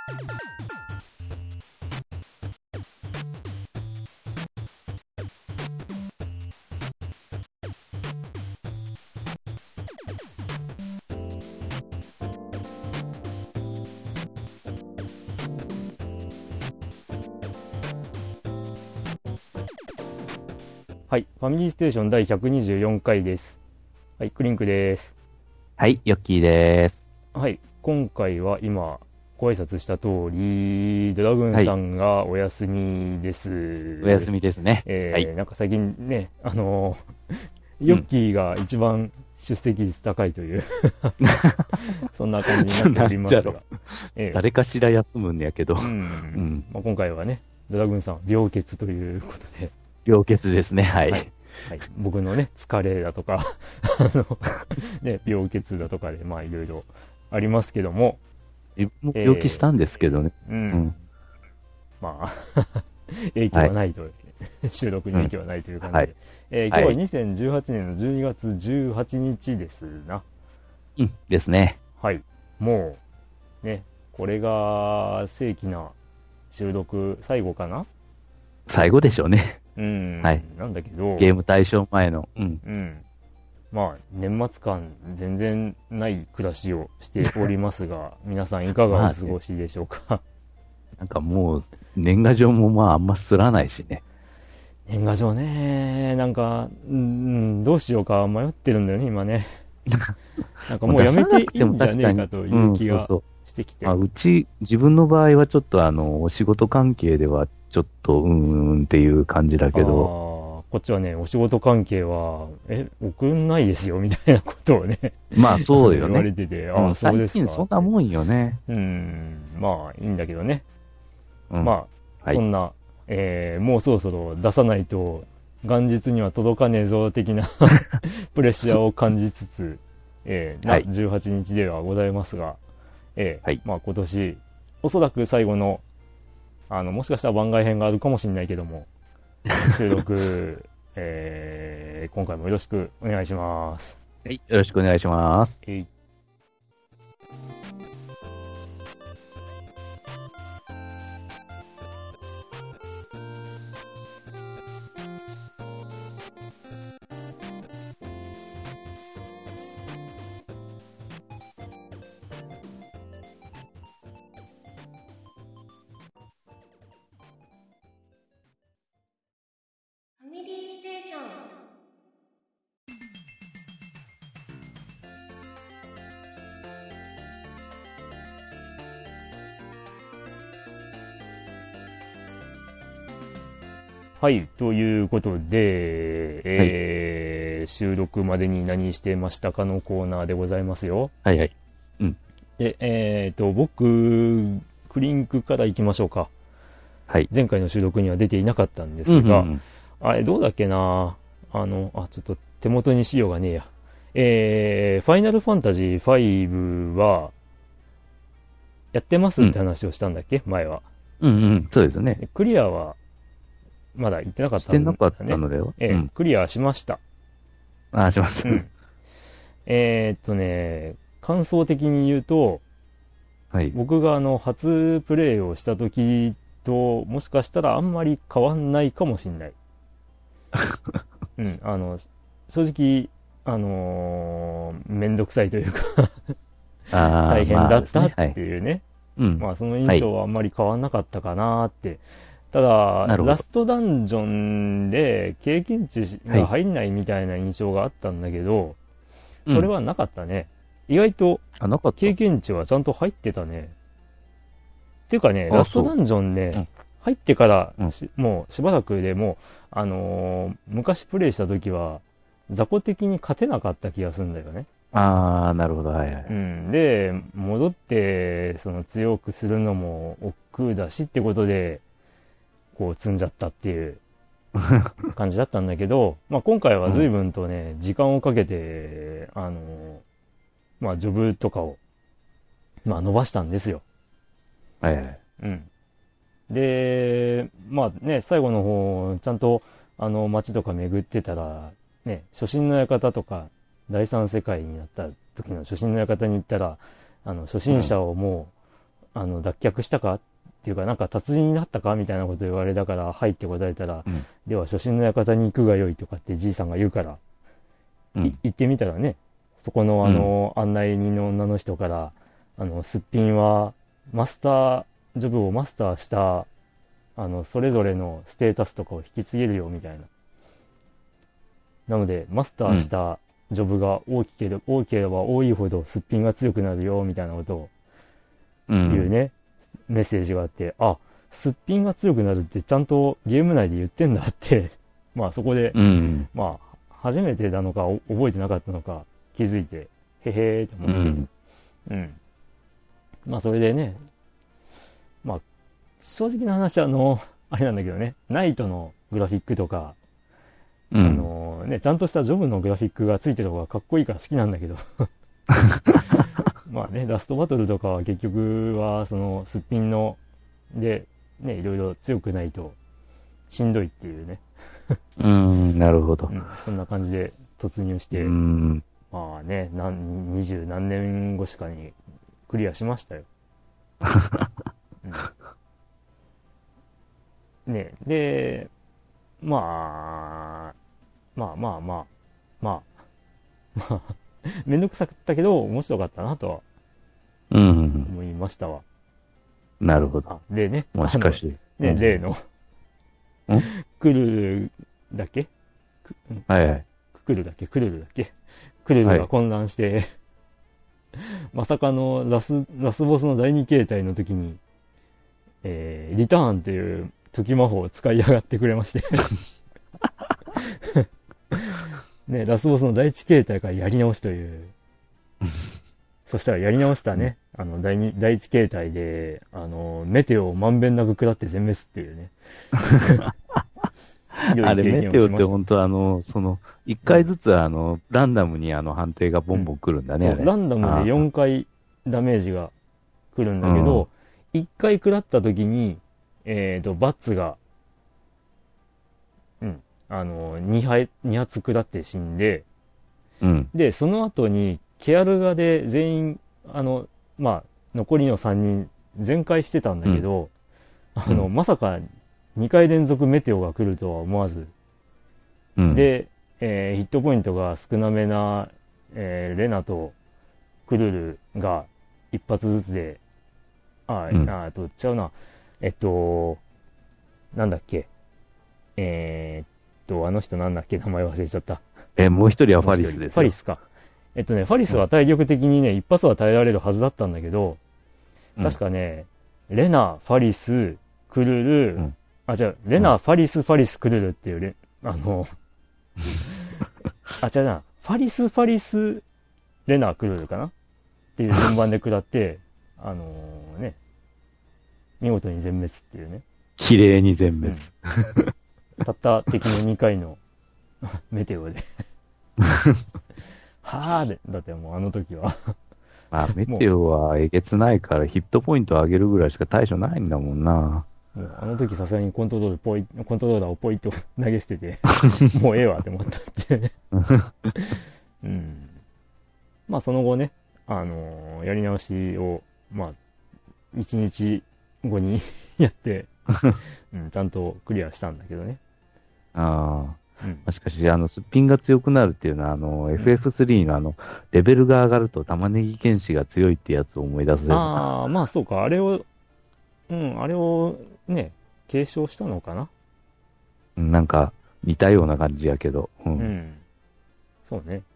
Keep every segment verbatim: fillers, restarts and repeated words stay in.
はい、ファミリーステーションだいひゃくにじゅうよんかいです。はい、クリンクです。 はい、ヨッキーです。 はい、今回は今ご挨拶した通り、ドラグーンはい、 さんがお休みです。 お休みですね。はえー、 い。 なんか最近ね、あのー、 うん。 ヨッキーが一番出席率高いというそんな感じになっておなんじゃろ。 りますが、え誰かしら休むんやけど。 ー、ううん、 ん。 まあ、今回はね、ドラグーンさん病欠ということで、 病欠ですね。はい。 はい。はい。僕のね、疲れだとかあの、ね、病欠だとかで、まあいろいろありますけども、 自分も病気しえたんですけどね。 ー、うん。 うん。 まあ影響はい。 はないと、収録にうん。 影響はないという感はい。 じで。えー今日ははい。 にせんじゅうはちねんのじゅうにがつじゅうはちにちですな。 うん。ですね。 はい。もう、ね、これが正規な収録最後かな。 最後でしょうね。 うはい。 ん。なんだけど、 ゲーム対象前の。うん。 うん。まあ、年末感全然ない暮らしをしておりますが、皆さんいかがおまあね。 過ごしでしょうか。 なんかもう、年賀状もまああんますらないしね。 年賀状ね、なんか、うん、どうしようか迷ってるんだよね、今ね。なんかもう出もうやめさなくてもていいんじゃ確かに。 ねえかとうん、 いう気がそうそう。まあ、 してきて。 うち、自分の場合はちょっとあの、お仕事関係ではちょっと、うーんっていう感じだああ、 けど、 こっちはね、お仕事関係は、え、送んないですよ、みたいなことをね、 まああの言わそうよね。 れてて、ああ、 うん、 そう最ですか、って。 近そんなもんよね。 うん、まあ、いいんだけどね。 うん。 まあ、 はい。 そんな、えー、もうそろそろ出さないと、元日には届かねえぞ、的なプレッシャーを感じつつ、えー、な、 はい。 じゅうはちにちではございますが、えはい。 ー、まあ今年、おそらく最後の、あの、もしかしたら番外編があるかもしれないけども、収録、えー、今回もよろしくお願いします。 はい。よろしくお願いします。 えい。 ファミリーステーション。 はい、ということで、 はい。 えー、収録までに何してましたかのコーナーでございますよ。 はいはい。うん。 で、えーと、僕、クリンクから行きましょうか。 はい。 前回の収録には出ていなかったんでうん、うん、うすが、 ん。 あれ、どうだっけなあの、あ、ちょっと手元に資料がねえや。えー、ファイナルファンタジーファイブは、やってますってうん。 話をしたんだっけ前は。 うん、うん。そうですね。 でクリアは、まだ行ってなかっしたはずてなかっだね。 たのでは。 えー、 うん。 クリアしました。 ああ、します。 うん。えーっとね、感想的に言うと、 はい。 僕があの、初プレイをした時と、もしかしたらあんまり変わんないかもしんない。うん、あの、正直、あのーめんどくさいというかああ、 大変だったっまあですね。はい。 ていうね。 うん。 まあそのはい。 印象はあんまり変わんなかったかなって。ただ、 なるほど。 ラストダンジョンで経験値はい。 が入んないみたいな印象があったんだけど、 うん。 それはなかったね。意外とあ、なかった。 経験値はちゃんと入ってたね。っていうかね、ラあ、 ストダそンジョンね、 う。うん。 入ってからうん。 し、もうしばらくでもう、あのー昔プレイした時は、雑魚的に勝てなかった気がするんだよね。 ああ、なるほど。はいはい。 うん。で、戻って、その強くするのも億劫だしってことで、こう積んじゃったっていう感じだったんだけど、まあ今回はうん。 随分とね、時間をかけて、あのーまあジョブとかを、まあ伸ばしたんですよ。 はいはい。 うん。で、まあね、最後の方、ちゃんと、あの、街とか巡ってたら、ね、初心の館とか、第三世界になった時の初心の館に行ったら、あの、初心者をもう、 あの、脱却したかっていうか、なんか達人になったかみたいなこと言われたから、はいって答えたら、 うん。 では初心の館に行くがよいとかってじいさんが言うから、 うん。 い行ってみたらね、そこのあの、案内人の女の人から、あの、すっぴんは、マスター、ジョブをマスターした、あの、それぞれのステータスとかを引き継げるよみたいな。なので、マスターしたジョブが大きければ、大きければ多いほどすっぴんが強くなるよみたいなことをうん。 言うね、メッセージがあって、あ、すっぴんが強くなるってちゃんとゲーム内で言ってんだって、まあそこで、 うん。 まあ、初めてなのかお覚えてなかったのか気づいて、へへーって思って、 うん。 うん。まあそれでね、まあ、正直な話あの、あれなんだけどね、ナイトのグラフィックとか、あうん。 のね、ちゃんとしたジョブのグラフィックがついてる方がかっこいいから好きなんだけど。まあね、ラストバトルとかは結局は、その、すっぴんの、で、ね、いろいろ強くないとしんどいっていうね。 うん。なるほどう。ん、そんな感じで突入しうて、 ん。 まあね、なん二十何年後しかにクリアしましたよ。うん、ね、で、まあ、まあまあまあ、まあ、まあ、めんどくさかったけど面白かったなとはうん。 思いましたわ。 なるほど。 あ、でね、 もしかし。 あのね、 うん例の、 んクルルだっけくうんはいはい。 クルルだっけクルルだっけクルルが混乱して、まさかのラス、ラスボスのだいに形態の時に、えー、リターンっていう時魔法を使いやがってくれまして。ね、ラスボスのだいいち形態からやり直しという。そしたらやり直したね、あの、だいに、だいいち形態で、あの、メテオをまんべんなく食らって全滅っていうね。良いあれ、 経メテオって験をしました。 本当あの、その、一回ずつあの、ランダムにあの判定がボンボン来るんだね、 そう、 あれ。 ランダムでよんあかいダメージが来るんだけど、いっかい食らった時に、えっと、バッツが、うん、あの、にはいに発食らって死んで、 うん。 で、その後に、ケアルガで全員、あの、まあ、残りのさんにん全開してたんだけど、あの、 うんまさかにかい連続メテオが来るとは思わず、 うん。、 で、えーヒットポイントが少なめな、えーレナとクルルが一発ずつで、あ、 うんあ、と、ちゃうな。えっと、なんだっけ。えーっと、あの人なんだっけ、名前忘れちゃった。 え、もう一人はフもう一人ァリスですよ。 ファリスか。えっとね、ファリスは体力的にね、一発は耐えられるはずだったんだけど、 うん確かね、レナ、ファリス、クルル、 うんあ、じゃレナ、ファリス、ファリス、クルルっていうレ、あの、あ、違うな、ファリス、ファリス、レナ、クルルかなっていう順番で食らって、あのね、見事に全滅っていうね。 綺麗に全滅。 たった敵のにかいのメテオで。はぁで、だってもうあの時は。 まあ、メテオはえげつないからヒットポイント上げるぐらいしか対処ないんだもんな。 もうあの時さすがにコントロールポイ、コントローラーをポイッと投げ捨てて、もうええわって思ったってね。うん。まあその後ね、あのーやり直しを、まあ、一日後にやって、うん、ちゃんとクリアしたんだけどね。 あうん。 あ。しかし、あの、すっぴんが強くなるっていうのは、あの、エフエフスリー のあの、レベルが上がると玉ねぎ剣士が強いってやつを思い出せるな。 ああ、まあそうか、あれを、うん、あれをね、継承したのかな。 うんなんか、似たような感じやけど。う。 うんん。そうね。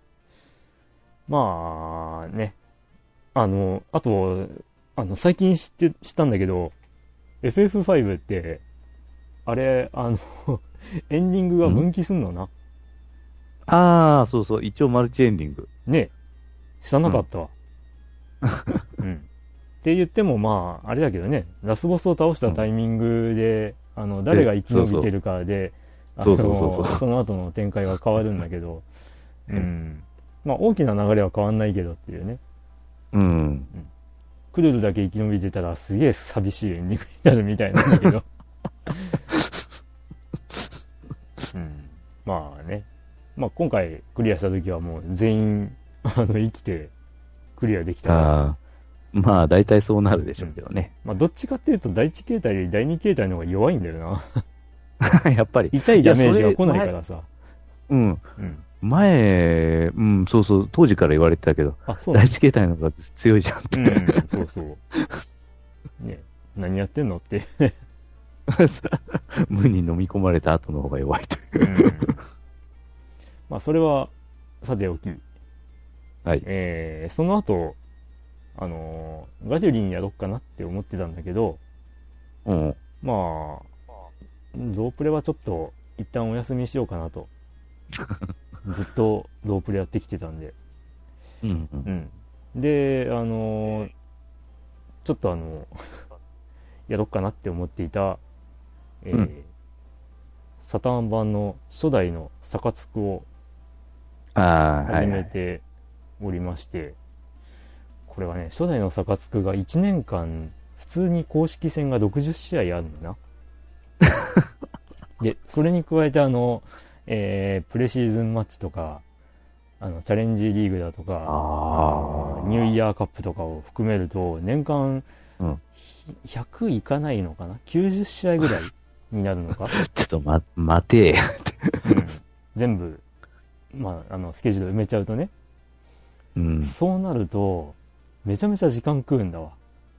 まあね。あの、あと、あの、最近知って、知ったんだけど、エフエフファイブ って、あれ、あの、エンディングが分岐すんのな。 ああ、そうそう。一応マルチエンディング。 ねえ。知らなかったわ。うん。って言ってもまあ、あれだけどね、ラスボスを倒したタイミングで、あの、誰が生き延びてるかで、 そうそうそうそうそうあのその後の展開が変わるんだけど、ううんん。まあ、大きな流れは変わんないけどっていうね。 うん。 クルルだけ生き延びてたらすげえ寂しいエンディングになるみたいなんだけど。うん。まあね。まあ今回クリアした時はもう全員、あの、生きてクリアできたから、 ああ。 まあ、大体そうなるでしょうけどね。 まあ、どっちかっていうと、第一形態より第二形態の方が弱いんだよな。 やっぱり。 痛いダメージが来ないからさ。 うん。 うん。 前、うん、そうそう、当時から言われてたけど、 あ、そうなんだ。 第一形態の方が強いじゃんって。 うん、そうそう。ね、何やってんのって。 無に飲み込まれた後の方が弱いという。 うん。まあ、それは、さておき。 はい。 えー、その後、あのーガデュリンやろっかなって思ってたんだけど、 うん。 まあ、ロープレはちょっと一旦お休みしようかなと。ずっとロープレやってきてたんで。 うんう。 うんん。で、あのーちょっとあの、やろっかなって思っていた、えーうんサターン版の初代のサカツクをああ、は始い、はい。 めておりまして、これはね、初代のサカツクがいちねんかん、普通に公式戦がろくじゅっしあいあるんだな。で、それに加えてあの、えープレシーズンマッチとか、あの、チャレンジリーグだとか、 ああ。 ニューイヤーカップとかを含めると、年間うん。 ひゃくいかないのかな ?きゅうじゅっしあいぐらいになるのかちょっとま、待て。 うん。全部、まあ、あの、スケジュール埋めちゃうとね。 うん。 そうなると、めちゃめちゃ時間食うんだわ。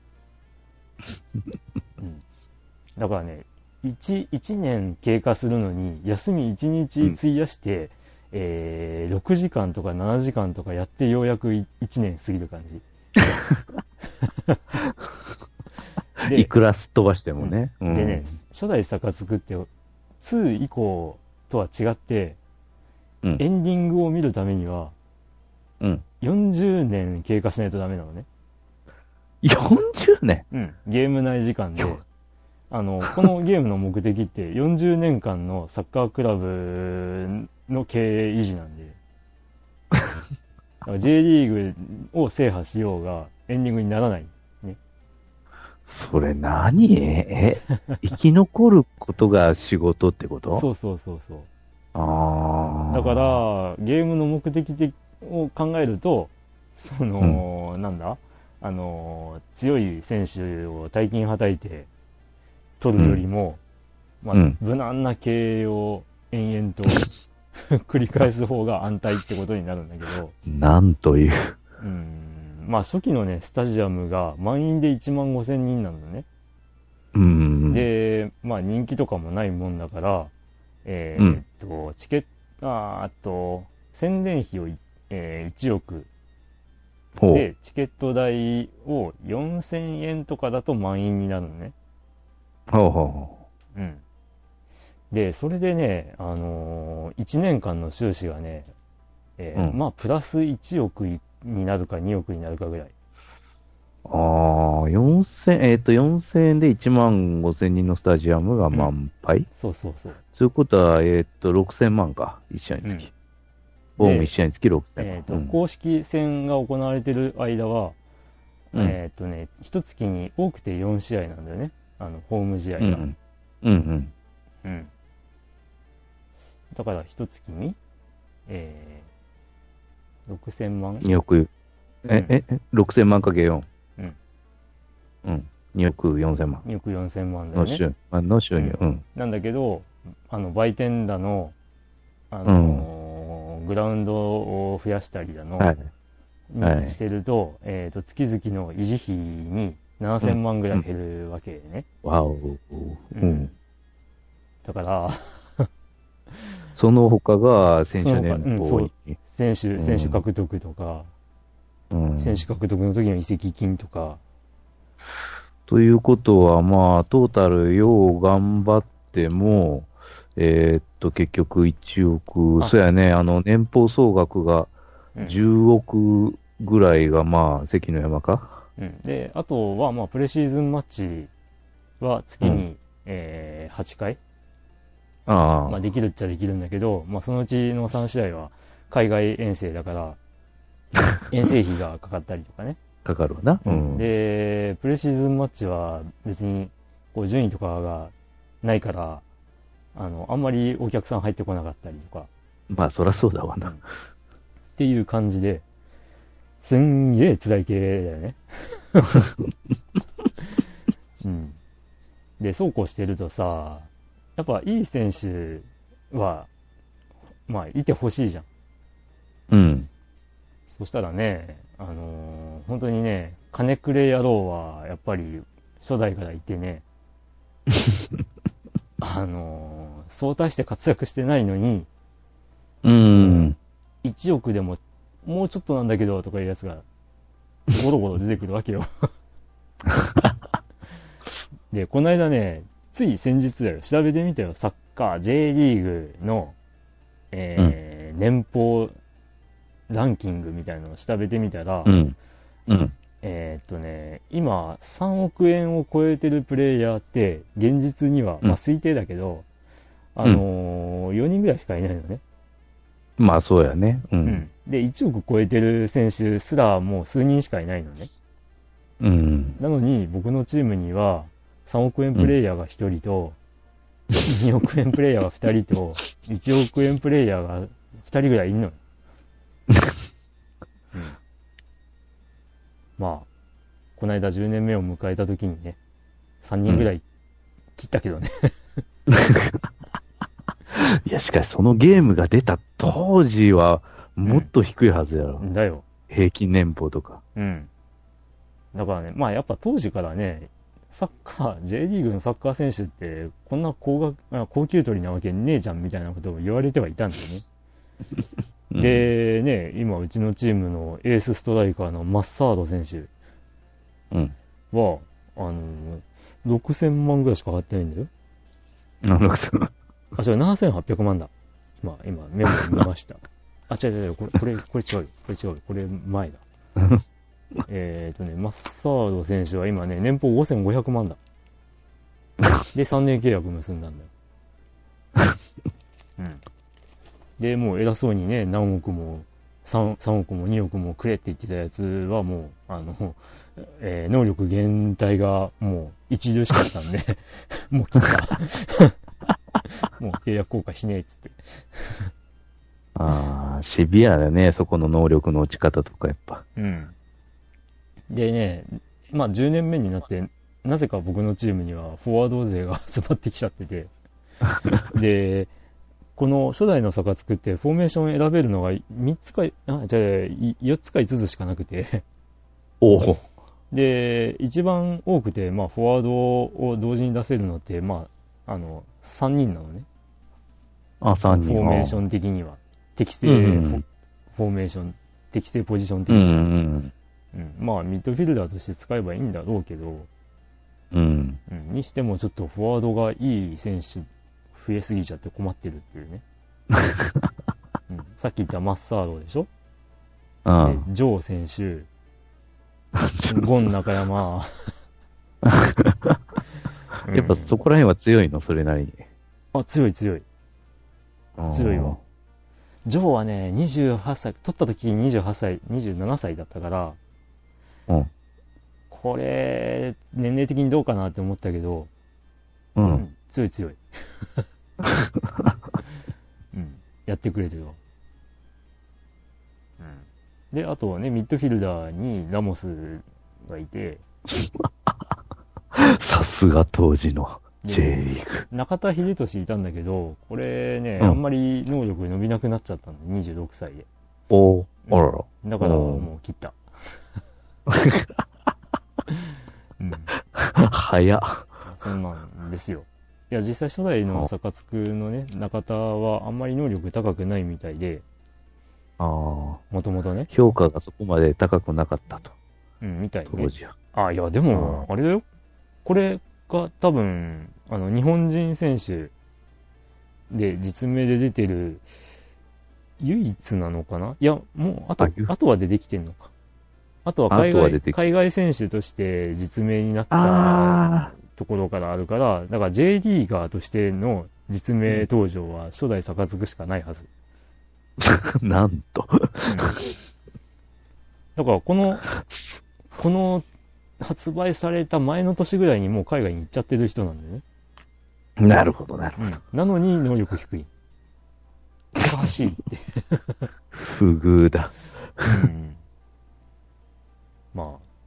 うん。だからね、1、一年経過するのに、休みいちにち費やして、えー、ろくじかんとかななじかんとかやってようやくいいちねん過ぎる感じ。でいくらすっ飛ばしてもね。うんでね、初代サカツクってに以降とは違って、 うんエンディングを見るためにはうん。 よんじゅうねん経過しないとダメなのね。 よんじゅうねん。 うん。ゲーム内時間で、あの、このゲームの目的ってよんじゅうねんかんのサッカークラブの経営維持なんで。だから J リーグを制覇しようがエンディングにならない。 それ何え、生き残ることが仕事ってことそうそうそうそう。 ああ。 だから、ゲームの目的的を考えると、その、なんだあの、強い選手を大金はたいて取るよりも、まあ、 うん無難な経営を延々と繰り返す方が安泰ってことになるんだけど、 なんという。 うん、まあ初期のね、スタジアムが満員でいちまんごせんにんなんだね。 うん。 で、まあ人気とかもないもんだから、えーっと、チケット、あーあと、宣伝費をい、えーいちおくほう。 で、チケット代をよんせんえんとかだと満員になるのね。 ほうほうほうん。で、それでね、あのー、いちねんかんの収支がね、えーうんまあ、プラスいちおくになるかにおくになるかぐらい。 う。ああ、よんせん、えっと、よんせんえんでいちまんごせんにんのスタジアムが満杯、 そうそうそう。 そういうことは、えっと、ろくせんまんか。いち試合につき。ホームいち試合につきろくせんまん。 えっと、 うん公式戦が行われてる間は、 うんえっとね、一月に多くてよんしあいなんだよね。あの、ホーム試合が。 うんうん。うんうん。 うん。だから一月に、えー、ろくせんまんにおく、え、 うんえ、えろくせんまんかけるよん。 うん。 うん。におくよんせんまんにおくよんせんまんだよね。 の収あの収入。うん。 なんだけど、あの、売店だの、あのーグラウンドを増やしたりだの、 はい。はいにしてると、えっと、月々の維持費にななせんまんぐらい減るわけね。 わお。 ううんん。 だから、 その他が選手年その他うんそう俸に。 選手、 うん選手獲得とか、 うん。 選手獲得の時の移籍金とか、 ということは、まあ、トータルよう頑張っても、えーっと、結局いちおく、 あそうやね、あの、年俸総額がうんじゅうおくぐらいが、まあ、関の山か。 うん。で、あとは、まあ、プレシーズンマッチは月に、 うんえーはちかい、 ああ、 まあ、できるっちゃできるんだけど、まあ、そのうちのさんしあいは海外遠征だから、遠征費がかかったりとかね。 かかるわな。うん。 で、プレシーズンマッチは別に、こう、順位とかがないから、あの、あんまりお客さん入ってこなかったりとか、 まあ、そらそうだわな。 っていう感じで、すんげえ辛い系だよね。 うん。で、そうこうしてるとさ、やっぱいい選手は、まあ、いてほしいじゃん。 うん。 そしたらね、あのー本当にね、金くれ野郎は、やっぱり、初代からいてね、あのーそう大して活躍してないのに、 うん。 いちおくでも、もうちょっとなんだけど、とかいうやつが、ゴロゴロ出てくるわけよ。で、この間ね、つい先日だよ、調べてみたよ、サッカー、J リーグの、えー年俸ランキングみたいなのを調べてみたら、 うん。うん。 えーっとね、今、さんおくえんを超えてるプレイヤーって、現実には、 うんまあ推定だけど、あのーよにんぐらいしかいないのね。 まあ、そうやね。う。 うんん。で、いちおく超えてる選手すらもう数人しかいないのね。 うん。 なのに、僕のチームには、さんおくえんプレイヤーがひとりと、におくえんプレイヤーがふたりと、いちおくえんプレイヤーがふたりぐらいいんのよ。うん、まあ、この間じゅうねんめを迎えた時にね、さんにんぐらい切ったけどね。 いや、しかしそのゲームが出た当時は、もっと低いはずやろ。 だよ。 平均年俸とか。 うん。だからね、まあやっぱ当時からね、サッカー、J リーグのサッカー選手って、こんな高額、あ高級取りなわけねえじゃんみたいなことを言われてはいたんだよね。 うん、 で、ね、今うちのチームのエースストライカーのマッサード選手うん。 は、あの、ろくせんまんぐらいしか上がってないんだよ。 なるほど。 あ、違う、ななせんはっぴゃくまんだ。今、今、メモ見ました。あ、違う違う、これ、これ、これ違うよ。これ違うよ。これ前だ。えっとね、マッサード選手は今ね、年俸ごせんごひゃくまんだ。で、さんねん契約結んだんだよ。うん。で、もう偉そうにね、何億も、3, さんおくもにおくもくれって言ってたやつはもう、あの、えー能力減退がもう一流しかったんで、もう切った。もう契約更改しねえっつって。 ああ、シビアだね、そこの能力の落ち方とか、やっぱ。 うん。でね、まあじゅうねんめになって、なぜか僕のチームにはフォワード勢が集まってきちゃってて、で、この初代のサカツクってフォーメーション選べるのがみっつか、あ、じゃあよっつかいつつしかなくて、 おお。 で、一番多くて、まあフォワードを同時に出せるのって、まあ、あの、さんにんなのね。 あ、さんにん。 フォーメーション的には。適正うフォ,、 んフォーメーション、適正ポジション的うん。うには。 んうん、まあミッドフィルダーとして使えばいいんだろうけど、 うん。うん。 うん、にしてもちょっとフォワードがいい選手増えすぎちゃって困ってるっていうね。うん、さっき言ったマッサードでしょ、 あでジョー選手、ゴン中山。 あ。やっぱそこら辺は強いの、それなりに。 うん、あ、強い強い。 あー強いわ。ジョーはね、にじゅうはっさい、取った時ににじゅうはっさい、にじゅうななさいだったから、 うん。 これ、年齢的にどうかなって思ったけど、 う。 うんん、強い強い。うん、やってくれてるわ。うん、で、あとね、ミッドフィルダーにラモスがいて、 さすが当時ので J リーグ。 中田英寿いたんだけど、これね、 うんあんまり能力伸びなくなっちゃったんで、にじゅうろくさいで。 おー、あらら。 だからうんもう切った。うん、 早っ。 そんなんですよ。いや、実際初代のサカツクのね、中田はあんまり能力高くないみたいで、 ああ。 もともとね。 評価がそこまで高くなかったと。 うん、みたいね。 当時は。 あ、いや、でも、あれだよ。これが多分、あの、日本人選手で実名で出てる唯一なのかないや、もう、あと、 あゆあとは出てきてんのか。あとは海外、 あとは出てき海外選手として実名になったあところからあるから、だから J リーガーとしての実名登場は初代サカツクしかないはず。 あ。なんと。 うん、だからこの、この発売された前の年ぐらいにもう海外に行っちゃってる人なんだよね。 なるほど、なるほど。 うん、なのに能力低い。おかしいって。 不遇だ。 うん、まあ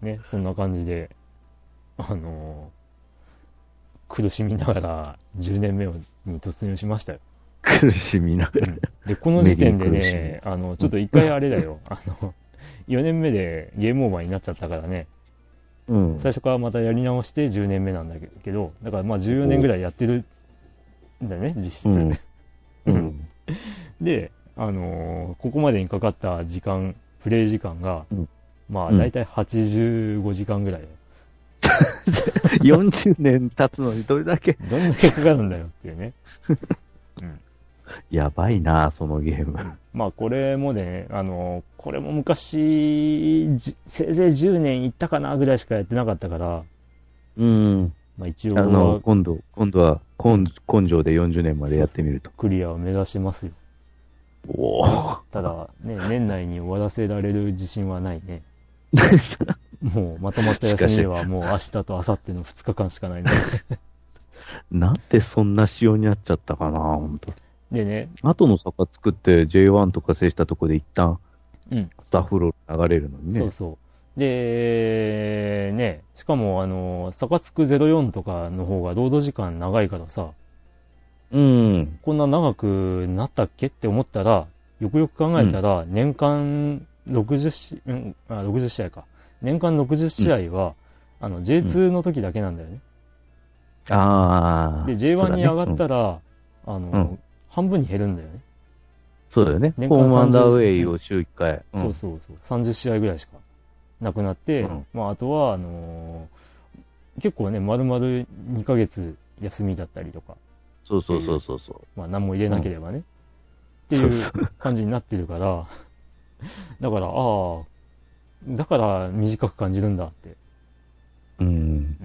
ね、そんな感じで、あのー苦しみながらじゅうねんめに突入しましたよ。 苦しみながら。 で、この時点でメリーね、あの、ちょっと一回あれだよ、あの、よねんめでゲームオーバーになっちゃったからね、 うん。 最初からまたやり直してじゅうねんめなんだけど、だからまあじゅうよねんぐらいやってるんだよね、実質。 うんううんん。 で、あのーここまでにかかった時間、プレイ時間が、 うんまあうん大体はちじゅうごじかんぐらいよ。 よんじゅうねん経つのにどれだけ。 どんだけかかるんだよっていうね。うん。 やばいな、そのゲーム。 まあこれもね、あのーこれも昔、じせいぜいじゅうねんいったかなぐらいしかやってなかったから、 うん。 まあ一応あの、 は今度、今度は根、根性でよんじゅうねんまでやってみると。 クリアを目指しますよ。 おお。 ただ、ね、年内に終わらせられる自信はないね。もうまとまった休みはもう明日と明後日のふつかかんしかないね。 なんでそんな仕様になっちゃったかな、ほんと。 でね、 後の坂作って ジェイワン とか制したとこで一旦、 うん、 スタッフロール流れるのにね。 そうそう。で、ね、しかもあの、サカツクゼロよんとかの方が労働時間長いからさ、 うん。 こんな長くなったっけって思ったら、よくよく考えたら、年間ろくじゅうし、うんあ、ろくじゅう試合か。年間ろくじゅう試合は、あの、ジェイツー の時だけなんだよね。 ああ。 で、ジェイワン に上がっら、 たら、あの、 うん半分に減るんだよね。 そうだよね。 年間ホームアンダーウさんじゅうェイを週いっかい。うんそうそうそう。さんじゅう試合ぐらいしかなくなって、 うんまあ、あとは、あのー結構ね、丸々にかげつ休みだったりとか、 そうそうそうそうそう。 まあ、何も入れなければね、っていう感じになってるから、だから、ああ、だから短く感じるんだって。 うん。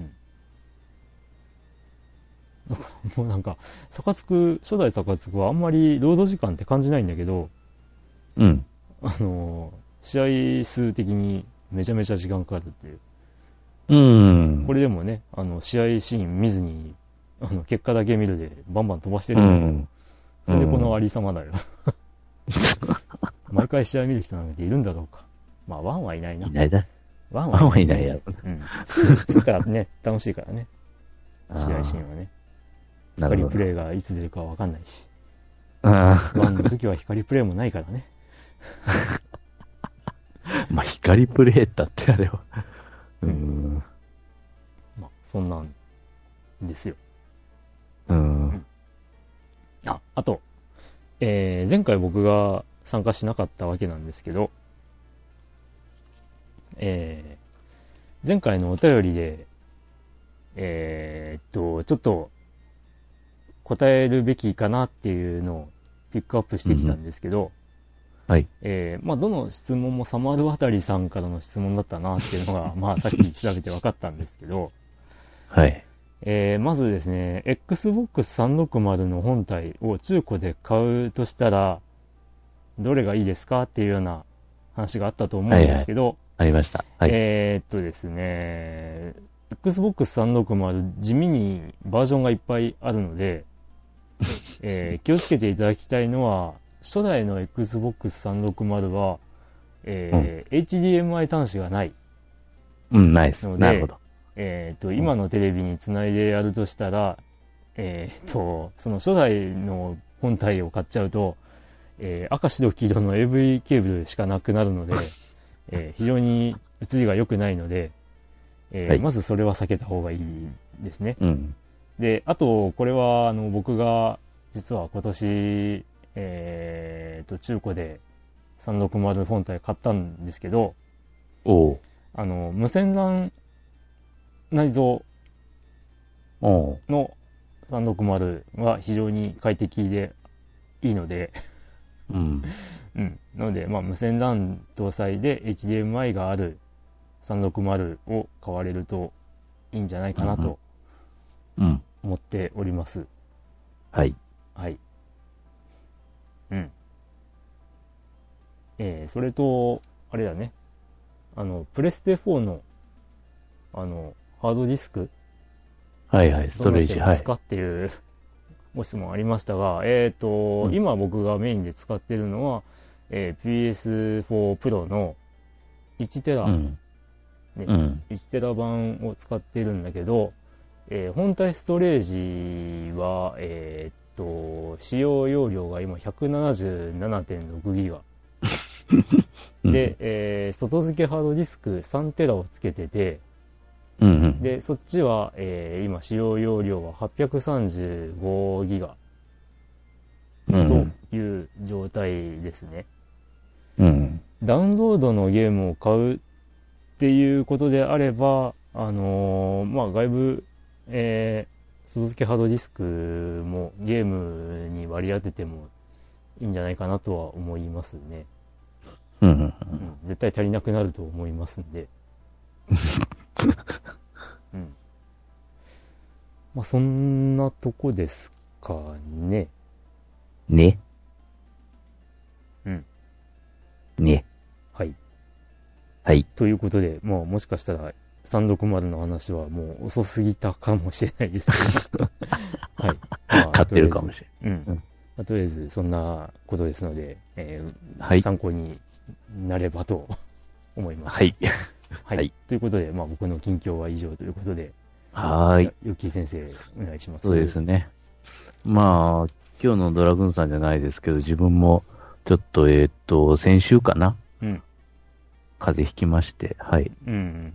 もうなんか、サカツク、初代サカツクはあんまり労働時間って感じないんだけど、 うん。 あのー試合数的にめちゃめちゃ時間かかるっていう。 うん。 これでもね、あの、試合シーン見ずに、あの、結果だけ見るでバンバン飛ばしてうるんだけど、 ん。 それでこのありさまだよ。毎回試合見る人なんているんだろうか。まあ、ワンはいないな。 いないだ。 ワンワンはいないやろうん。ツー、ツーからね、楽しいからね。試合シーンはね。光プなるほど。 レイがいつ出るかわかんないし。 あワンの時は光プレイもないからね。 あ。まあ、光プレイだってあれは。うん。 まあ、そんなんですよ。 うん。 あ、あと、えー前回僕が参加しなかったわけなんですけど、えー前回のお便りで、えーっと、ちょっと答えるべきかなっていうのをピックアップしてきたんですけど、 はい。 えーまあ、どの質問もサマルワタリさんからの質問だったなっていうのが、まあ、さっき調べて分かったんですけど、 はい。 えーまずですね、エックスボックスさんびゃくろくじゅう の本体を中古で買うとしたら、どれがいいですかっていうような話があったと思うんですけど、 ありました。はい。 えーっとですね、エックスボックスさんびゃくろくじゅう 地味にバージョンがいっぱいあるので、えー気をつけていただきたいのは、初代の エックスボックスさんびゃくろくじゅう は、えーエイチディーエムアイ 端子がないうん、ナイス。 ので、 なるほど。 えー、と今のテレビにつないでやるとしたら、えー、とその初代の本体を買っちゃうと、えー赤白黄色の エーブイ ケーブルしかなくなるので、えー非常に映りが良くないので、えーはいまずそれは避けた方がいいですね。 うん。 で、あと、これはあの僕が実は今年、えー、と中古でさんびゃくろくじゅう本体買ったんですけど、 おう。 あの無線 ラン 内蔵おう。 のさんびゃくろくじゅうは非常に快適でいいので、 うん。 うん。なので、まあ、無線 ラン 搭載で エイチディーエムアイ があるさんびゃくろくじゅうを買われるといいんじゃないかなとうん。 思っております。 はい。 はい。うん。えー、それと、あれだね。あの、プレステフォーの、あの、ハードディスクはいはい。スどトレージ。はい。 うなってますかっていうご質問ありましたが、えっ、と、 うん今僕がメインで使ってるのは、えー ピーエスフォー Pro のいちテラうん。 ねうん。 いちテラ版を使ってるんだけど、えー本体ストレージは、えーっと、使用容量が今 ひゃくななじゅうななてんろくギガ。で、えー外付けハードディスクさんテラをつけてて、 うんうん。 で、そっちは、えー今使用容量ははっぴゃくさんじゅうごギガうんうん。 という状態ですね。 うんダウンロードのゲームを買うっていうことであれば、あのーまあ、外部、えー、外付けハードディスクもゲームに割り当ててもいいんじゃないかなとは思いますね。 うんうん。 うん、絶対足りなくなると思いますんで。うん。まあ、そんなとこですかね。 ね。 うん。 ね。 はい。 はい。 ということで、もうもしかしたらさんろくまるの話はもう遅すぎたかもしれないですけど。はい。まあ買ってるかもしれうん。 うんまあとりあえずそんなことですので、えーはい参考になればと思います。 はい。 はい。 はいということで、まあ僕の近況は以上ということで、 はーい。 ゆき先生お願いします。 そうですね。まあ、今日のドラグーンさんじゃないですけど、自分も、ちょっと、えーっと、先週かなうん。 風邪ひきまして、はい。 うん。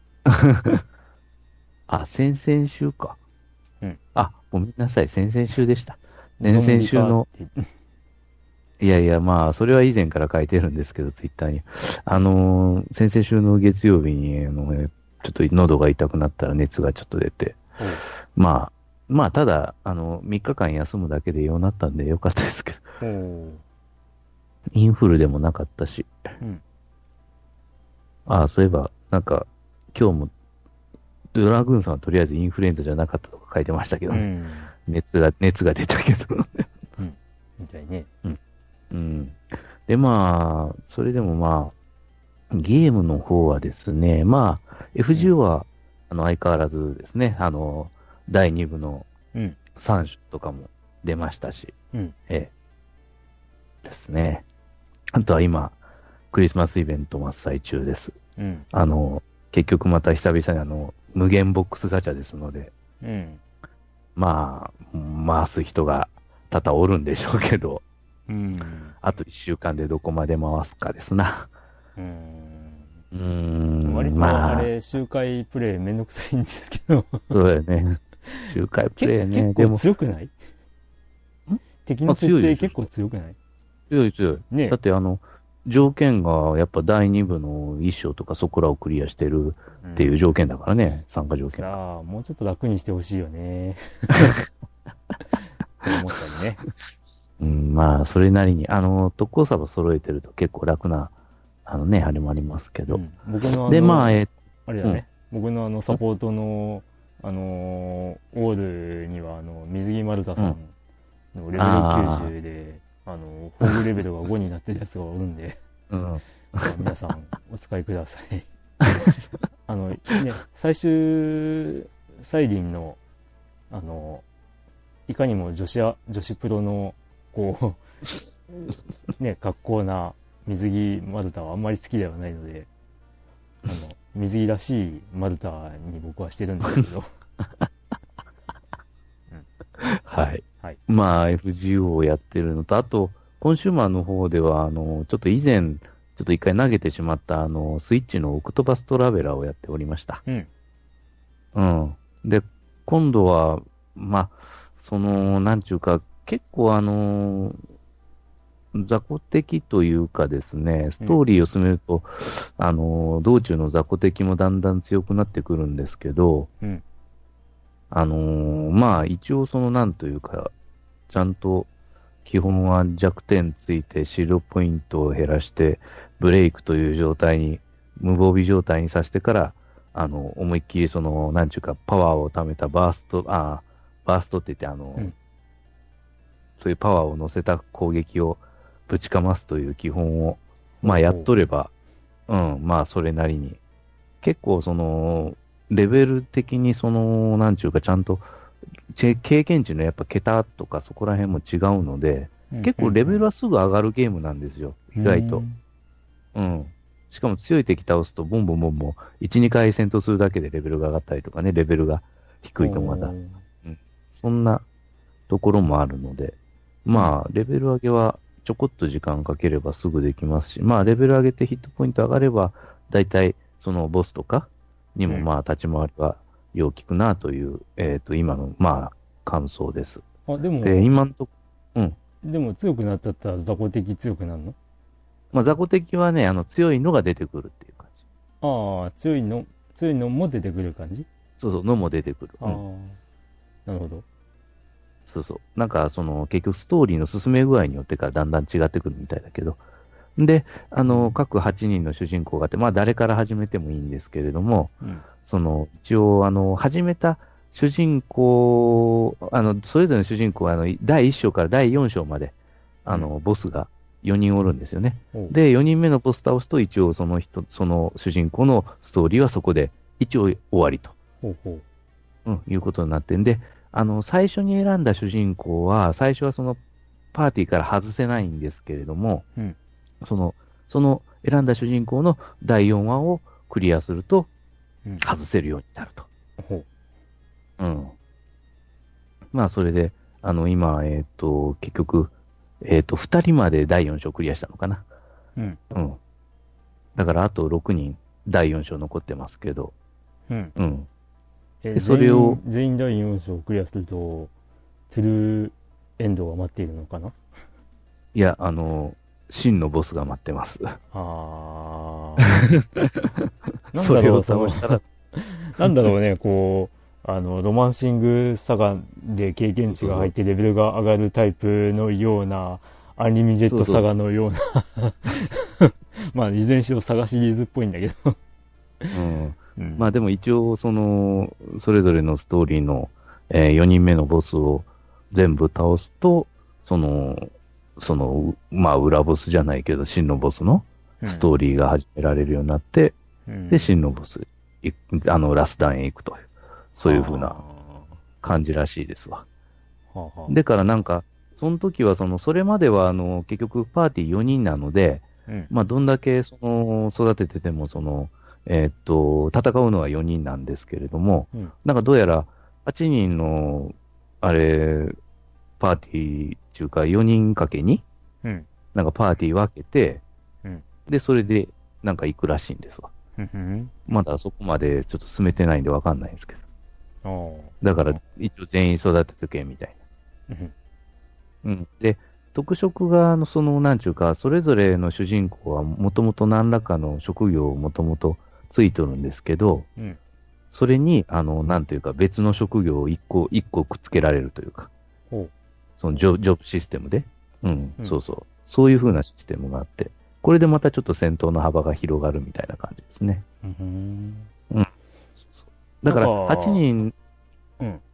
あ、先々週か。 うん。 あ、ごめんなさい、先々週でした。先々週の、 ゾンビかっていやいや、まあ、それは以前から書いてるんですけど、ツイッターに。あのー先々週の月曜日に、あの、えちょっと喉が痛くなったら熱がちょっと出て、まあ、まあ、ただ、あの、みっかかん休むだけでようなったんでよかったですけど、 おお。 インフルでもなかったし、 うん。 ああ、そういえば、なんか、今日も、ドラグーンさんはとりあえずインフルエンザじゃなかったとか書いてましたけどね、 うん。 熱が、熱が出たけど、 みたいね。 うん。で、まあ、それでもまあ、ゲームの方はですね、まあ、エフジーオー は、あの、相変わらずですね、あの、だいに部のうん。 さん種とかも出ましたし、 うん。 ええ、ですね。あとは今、クリスマスイベント真っ最中です。 うん。 あの、結局また久々にあの、無限ボックスガチャですので、 うん。 まあ、回す人が多々おるんでしょうけど、 うん。 あといっしゅうかんでどこまで回すかですな。 うん。 うーん、 割とまあ、 あれ、周回プレイめんどくさいんですけど。 そうだよね。周回プレイね。 結構でも、 強くない敵の設定結構強くない強い強い。 ねだってあの、条件がやっぱだいに部の一章とかそこらをクリアしてるっていう条件だからね、参加条件が。 さあ、もうちょっと楽にしてほしいよね。と思ったりね。 うん、まあ、それなりに、あの、特攻サバ揃えてると結構楽な、あのね、あれもありますけど。 うん僕のあの、 で、まあ、えあれだね、僕のあの、サポートの、あのー、オールには、あの、水木丸太さんのレベルきゅうじゅうで、あの、ホーグレベルがごになってるやつがおるんで、 うん、 まあ皆さんお使いください。あの、ね、最終、サイディンの、あの、いかにも女子あ、女子プロの、こう、ね、格好な水着丸太はあんまり好きではないので、あの、水着らしい丸太に僕はしてるんですけど。 はい。 はい。 まあ、エフジーオー をやってるのと、あと、コンシューマーの方では、あの、ちょっと以前、ちょっと一回投げてしまった、あの、スイッチのオクトパストラベラーをやっておりました。 うん。 うん。で、今度は、まあ、その、なんちゅうか、結構あの雑魚敵というかですね、ストーリーを進めると、あの道中の雑魚敵もだんだん強くなってくるんですけど、 うん。 あのまあ、一応その、なんというか、ちゃんと、基本は弱点ついて、シードポイントを減らして、ブレイクという状態に、無防備状態にさせてから、あの、思いっきりその、なんちゅうか、パワーを貯めたバースト、あバーストって言って、あの、 うんそういうパワーを乗せた攻撃をぶちかますという基本を、まあやっとれば、うん、まあそれなりに。結構その、レベル的にその、なんちゅうかちゃんと、ち経験値のやっぱ桁とかそこら辺も違うので、結構レベルはすぐ上がるゲームなんですよ、意外と。うん。 しかも強い敵倒すと、ボンボンボンボン、いち、にかい戦闘するだけでレベルが上がったりとかね、レベルが低いとまだ、 おーそんなところもあるので、まあ、レベル上げはちょこっと時間かければすぐできますし、まあ、レベル上げてヒットポイント上がれば、だいたいそのボスとかにもうんまあ、立ち回りがよう効くなという、えっと、今の、まあ、感想です。 あ、でも、 で、今のとこ、うん。 でも強くなっちゃったら雑魚敵強くなるの？ まあ、雑魚敵はね、あの、強いのが出てくるっていう感じ。 ああ、強いの、強いのも出てくる感じ？ そうそう、のも出てくる。 ああ、 うんなるほど。 そうそう。なんか、その、結局ストーリーの進め具合によってからだんだん違ってくるみたいだけど。で、あの、各はちにんの主人公があって、まあ、誰から始めてもいいんですけれども、 うん。 その、一応、あの、始めた主人公、あの、それぞれの主人公は、あの、だいいっ章からだいよん章まで、あの、ボスがよにんおるんですよね。 おうで、よにんめのボス倒すと、一応、その人、その主人公のストーリーはそこで、一応終わりと。 ほうほう。 うん、いうことになってんで、あの、最初に選んだ主人公は、最初はそのパーティーから外せないんですけれども、 うんその、その選んだ主人公のだいよんわをクリアすると、 うん。 外せるようになると。 ほう。 うん。まあ、それで、あの、今、えっ、と、結局、えっ、と、ふたりまでだいよん章クリアしたのかな。 うん。 うん。だから、あとろくにんだいよん章残ってますけど、 うん。 うん。 えでそれを全員、全員だいよん章をクリアすると、トゥルーエンドが待っているのかな？ いや、あの、真のボスが待ってます。 ああ。なんそれをだろう、その倒したら、 なんだろうね、こう、あの、ロマンシングサガで経験値が入ってレベルが上がるタイプのような、アンリミテッドサガのような、まあ、いずれにしろサガシリーズっぽいんだけど。 うん。 うん、 まあでも一応、その、それぞれのストーリーの、えーよにんめのボスを全部倒すと、その、その、まあ裏ボスじゃないけど、真のボスのストーリーが始められるようになって、 うんで、真のボス、いあの、ラスダンへ行くという、そういう風なは感じらしいですわ。 あはあはあだからなんか、その時は、その、それまでは、あの、結局パーティーよにんなので、 うんまあ、どんだけ、その、育ててても、その、えーっと、戦うのはよにんなんですけれども、 うんなんかどうやら、はちにんの、あれ、パーティー中かよにんかけに、 うんなんかパーティー分けて、 うんで、それで、なんか行くらしいんですわ。 うんうんまだそこまでちょっと進めてないんでわかんないんですけど。 ああだから、一応全員育てとけ、みたいな。 うんうん。で、特色が、あの、その、なんちゅうか、それぞれの主人公はもともと何らかの職業をもともとついとるんですけど、 うんそれに、あの、なんていうか、別の職業を一個、一個くっつけられるというか、 ほうそのジョジョブシステムで、うん、 うんそうそう。そういう風なシステムがあって、これでまたちょっと戦闘の幅が広がるみたいな感じですね。 うんだから、 なんかはちにん、 うんい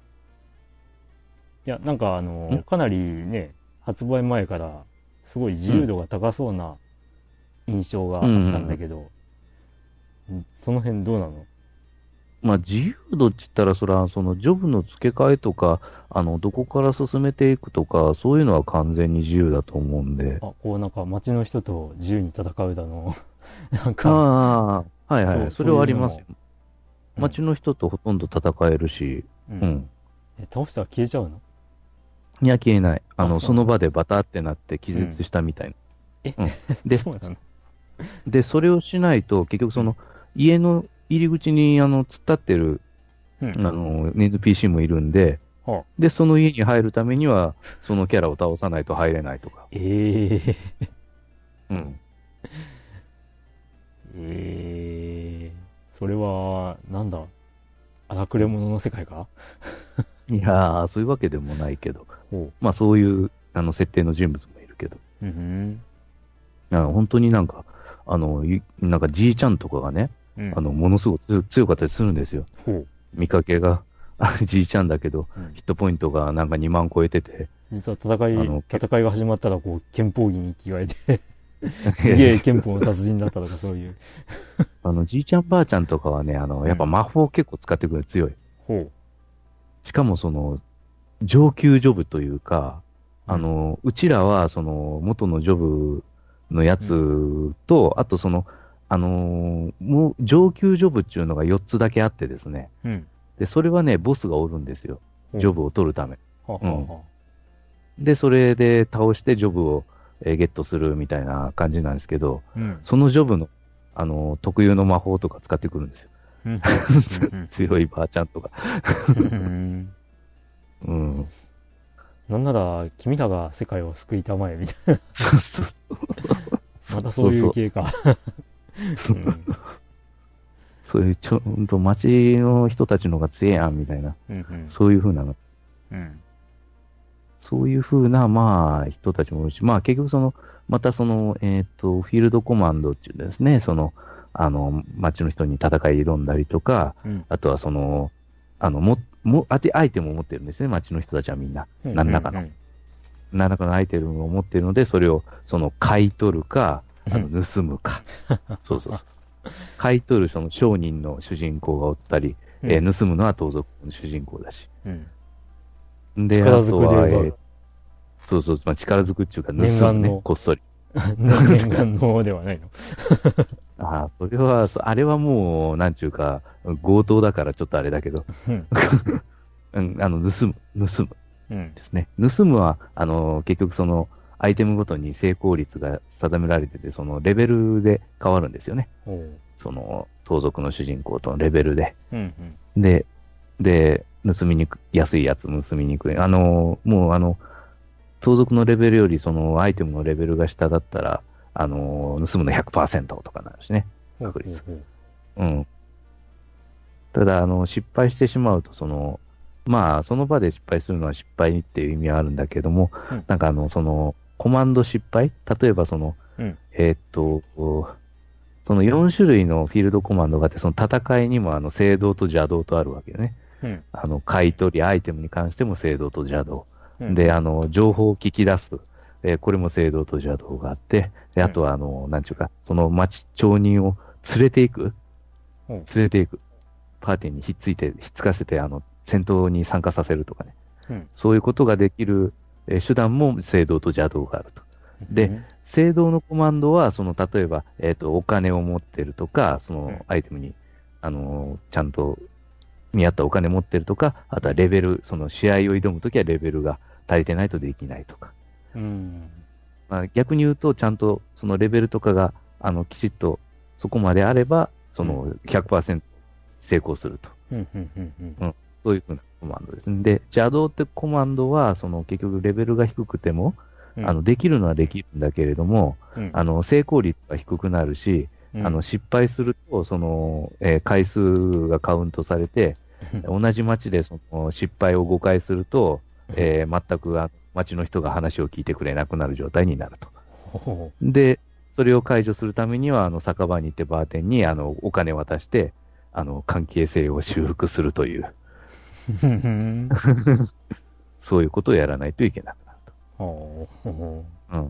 や、なんかあのん、 かなりね、発売前から、すごい自由度が高そうな印象があったんだけど、うんその辺どうなの？ まあ、自由度って言ったら、それは、その、ジョブの付け替えとか、あの、どこから進めていくとか、そういうのは完全に自由だと思うんで。 あ、こうなんか街の人と自由に戦うだの、なんか、 ああ、はいはい。 そうそれはありますよ。 うん街の人とほとんど戦えるし、 ううんん。 え倒したら消えちゃうの？ いや、消えない。あの、 あそうその場でバタってなって気絶したみたいな。 えうん。で、 そうなの？ で、それをしないと、結局その、家の入り口に、あの、突っ立ってる、 うんあの、エヌピーシー もいるんで、 はあで、その家に入るためには、そのキャラを倒さないと入れないとか。 ええうん。 ええそれは、なんだ荒くれ者の世界か？ いやー、そういうわけでもないけど、 ほまあそういう、あの、設定の人物もいるけど、 う。うんあの本当になんか、あの、いなんかじいちゃんとかがね、 ふん。うんあの、ものすごく強強かったりするんですよ。 ほう。 見かけが、あじいちゃんだけど、 うんヒットポイントがなんかにまん超えてて、 実は戦い、 あの戦いが始まったら、こう、憲法着に着替えて、すげえ憲法の達人だったとか、そういう。 あの、じいちゃんばあちゃんとかはね、あの、やっぱ魔法を結構使ってくる強い。 ほう。 しかもその、上級ジョブというか、あの、うちらは、その、元のジョブのやつと、あとその、 あのーもう上級ジョブっていうのがよっつだけあってですね。 うん。 で、それはね、ボスがおるんですよ。ジョブを取るため。 ははは。 で、それで倒してジョブを、えーゲットするみたいな感じなんですけど、 うん。 そのジョブの、あのー特有の魔法とか使ってくるんですよ。 うん。 強いばあちゃんとか。 うんうん。 なんなら、君らが世界を救いたまえ、みたいそうそうな。またそういう系か。うんそういうちょんと街の人たちの方が強いやんみたいな、 うんうんそういう風なの、 うんそういう風な、まあ、人たちもいるし、まあ結局その、またその、えっ、と、フィールドコマンドっていうんですね、その、あの、街の人に戦い挑んだりとか、 うんあとはその、あの、も、も、あて、アイテムを持ってるんですね、街の人たちはみんな。何らかの。 うん何らかのアイテムを持ってるので、それを、その、買い取るか、あの、盗むか。そうそうそう。買い取るその商人の主人公がおったり、 うんえー盗むのは盗賊の主人公だし。 うんで、 力ずくであとは、え奪うーそうそう、まあ、力ずくっていうか、盗念願むねの、 こっそり。 念願のではないの。 ああ、それは、そあれはもう、なんちゅうか、強盗だからちょっとあれだけど、 うんうん、あの、盗む、盗むうんですね。盗むは、あの、結局その、アイテムごとに成功率が定められてて、そのレベルで変わるんですよね。 おうその、盗賊の主人公とのレベルで。 うんうんで、で、盗みにくい、安いやつ盗みにくい。あの、もうあの、盗賊のレベルよりそのアイテムのレベルが下だったら、あの、盗むのひゃくパーセントとかなるしね。 ほう確率。 ほううん。ただ、あの、失敗してしまうと、その、まあ、その場で失敗するのは失敗っていう意味はあるんだけども、 うんなんかあの、その、コマンド失敗例えばその、 うんえーっと、そのよん種類のフィールドコマンドがあって、その戦いにもあの、聖動と邪道とあるわけよね。 うんあの、買い取り、アイテムに関しても聖動と邪道。 うんで、あの、情報を聞き出す。えーこれも聖動と邪道があって、で、あとは、あの、なんちゅうか、その町、町人を連れていく。 うん連れていく。パーティーにひっついて、ひっつかせて、あの、戦闘に参加させるとかね。 うんそういうことができる、えー手段も聖動と邪道があると。でうん聖動のコマンドは、その、例えば、えっ、と、お金を持ってるとか、そうんの、アイテムに、あのーちゃんと見合ったお金持ってるとか、あとはレベル、その試合を挑むときはレベルが足りてないとできないとか。 うんまあ、逆に言うと、ちゃんとそのレベルとかが、あの、きちっとそこまであれば、そのひゃくパーセント成功すると。 うんうんうんうんそういうふうなコマンドですね。で、邪道ってコマンドは、その結局レベルが低くても、 うんあの、できるのはできるんだけれども、 うんあの、成功率が低くなるし、 うんあの、失敗すると、その、えー回数がカウントされて、同じ街でその失敗をごかいすると、えー全くあ街の人が話を聞いてくれなくなる状態になると。 ほで、それを解除するためには、あの、酒場に行ってバーテンに、あの、お金渡して、あの、関係性を修復するという、 ううんそういうことをやらないといけなくなるほうほうと。うん。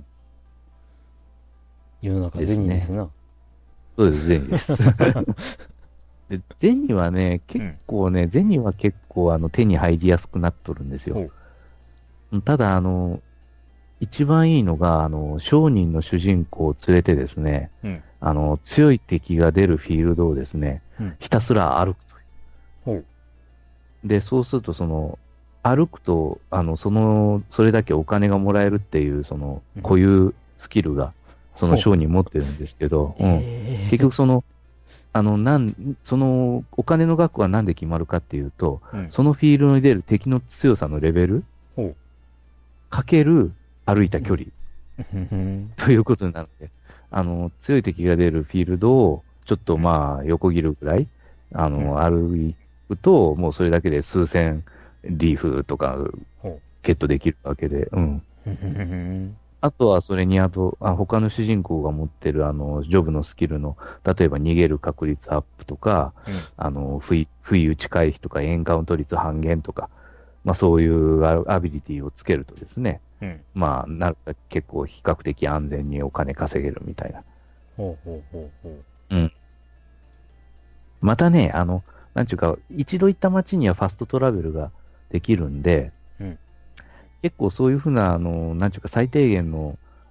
世の中銭ですな。 そうです、ゼニです。でゼニはね、結構ね、ゼニは結構あの手に入りやすくなっとるんですよ。ただ、あの、一番いいのが、あの、商人の主人公を連れてですね、 うんあの、強い敵が出るフィールドをですね、 うんひたすら歩くと。 ほうで、そうすると、その、歩くと、あの、その、それだけお金がもらえるっていう、そのうん、 固有スキルが、その商人持ってるんですけど、うん。 えー結局その、あの、なん、その、お金の額はなんで決まるかっていうと、 うんそのフィールドに出る敵の強さのレベル、 ほうかける歩いた距離うんということになるので、あの、強い敵が出るフィールドを、ちょっとまあ、横切るぐらい、あの、歩くと、もうそれだけで数千リーフとかほゲットできるわけで、うん。 ううんあとはそれにあと、あ他の主人公が持ってるあの、ジョブのスキルの、例えば逃げる確率アップとか、あの、不意、不意打ち回避とかエンカウント率半減とか、まあそういうアアビリティをつけるとですね、 うんまあ、なる結構比較的安全にお金稼げるみたいな。 ほうほうほうほうまたね、あの、なんちゅうか、一度行った街にはファストトラベルができるんで、 うん結構そういうふうな、あの、なんちゅうか、最低限の、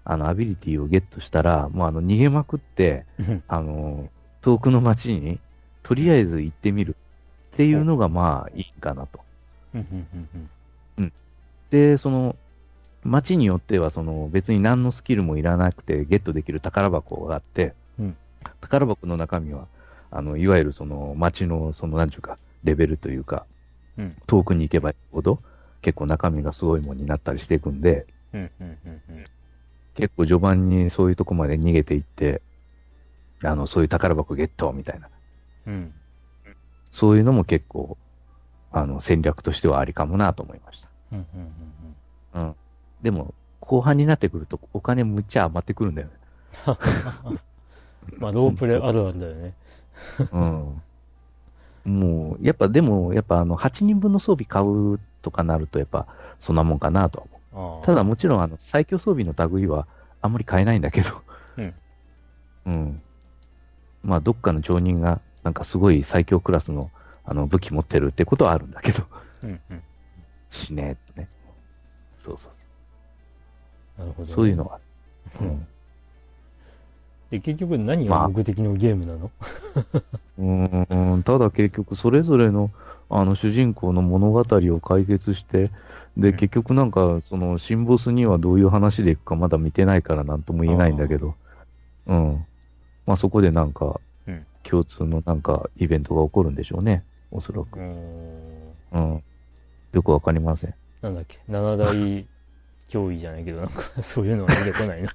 あの、アビリティをゲットしたら、もうあの、逃げまくって、 うんあの、遠くの街に、とりあえず行ってみるっていうのが、まあ、いいかなと。 うんうんうんで、その、街によっては、その、別に何のスキルもいらなくて、ゲットできる宝箱があって、 うん宝箱の中身は、あの、いわゆるその、街の、その、なんていうか、レベルというか、 うん遠くに行けば行くほど、結構中身がすごいものになったりしていくんで、 うんうんうんうん結構序盤にそういうとこまで逃げていって、あの、そういう宝箱ゲットみたいな、 うんそういうのも結構、あの、戦略としてはありかもなと思いました。 うんうんうん。でも、後半になってくると、お金むっちゃ余ってくるんだよね。 まあロープレあるあるだよね。 うん。もう、やっぱ、でも、やっぱ、あの、はちにんぶんの装備買うとかなると、やっぱ、そんなもんかなとは思う。 ああただ、もちろん、あの、最強装備の類は、あんまり買えないんだけど、 うんうん。まあ、どっかの町人が、なんかすごい最強クラスの、あの、武器持ってるってことはあるんだけど、 うんうんしねえってね。そうそうなるほどね、 そう。そういうのは。ううんん。 で結局何が目的のゲームなの？ うーん、ただ結局それぞれの、あの主人公の物語を解決して、で、 うん結局なんか、その、新ボスにはどういう話でいくかまだ見てないからなんとも言えないんだけど、うん。まあそこでなんかうん、 共通のなんかイベントが起こるんでしょうね、おそらく。 うーんうん。よくわかりません。 なんだっけ七大脅威じゃないけどなんかそういうのは出てこないの。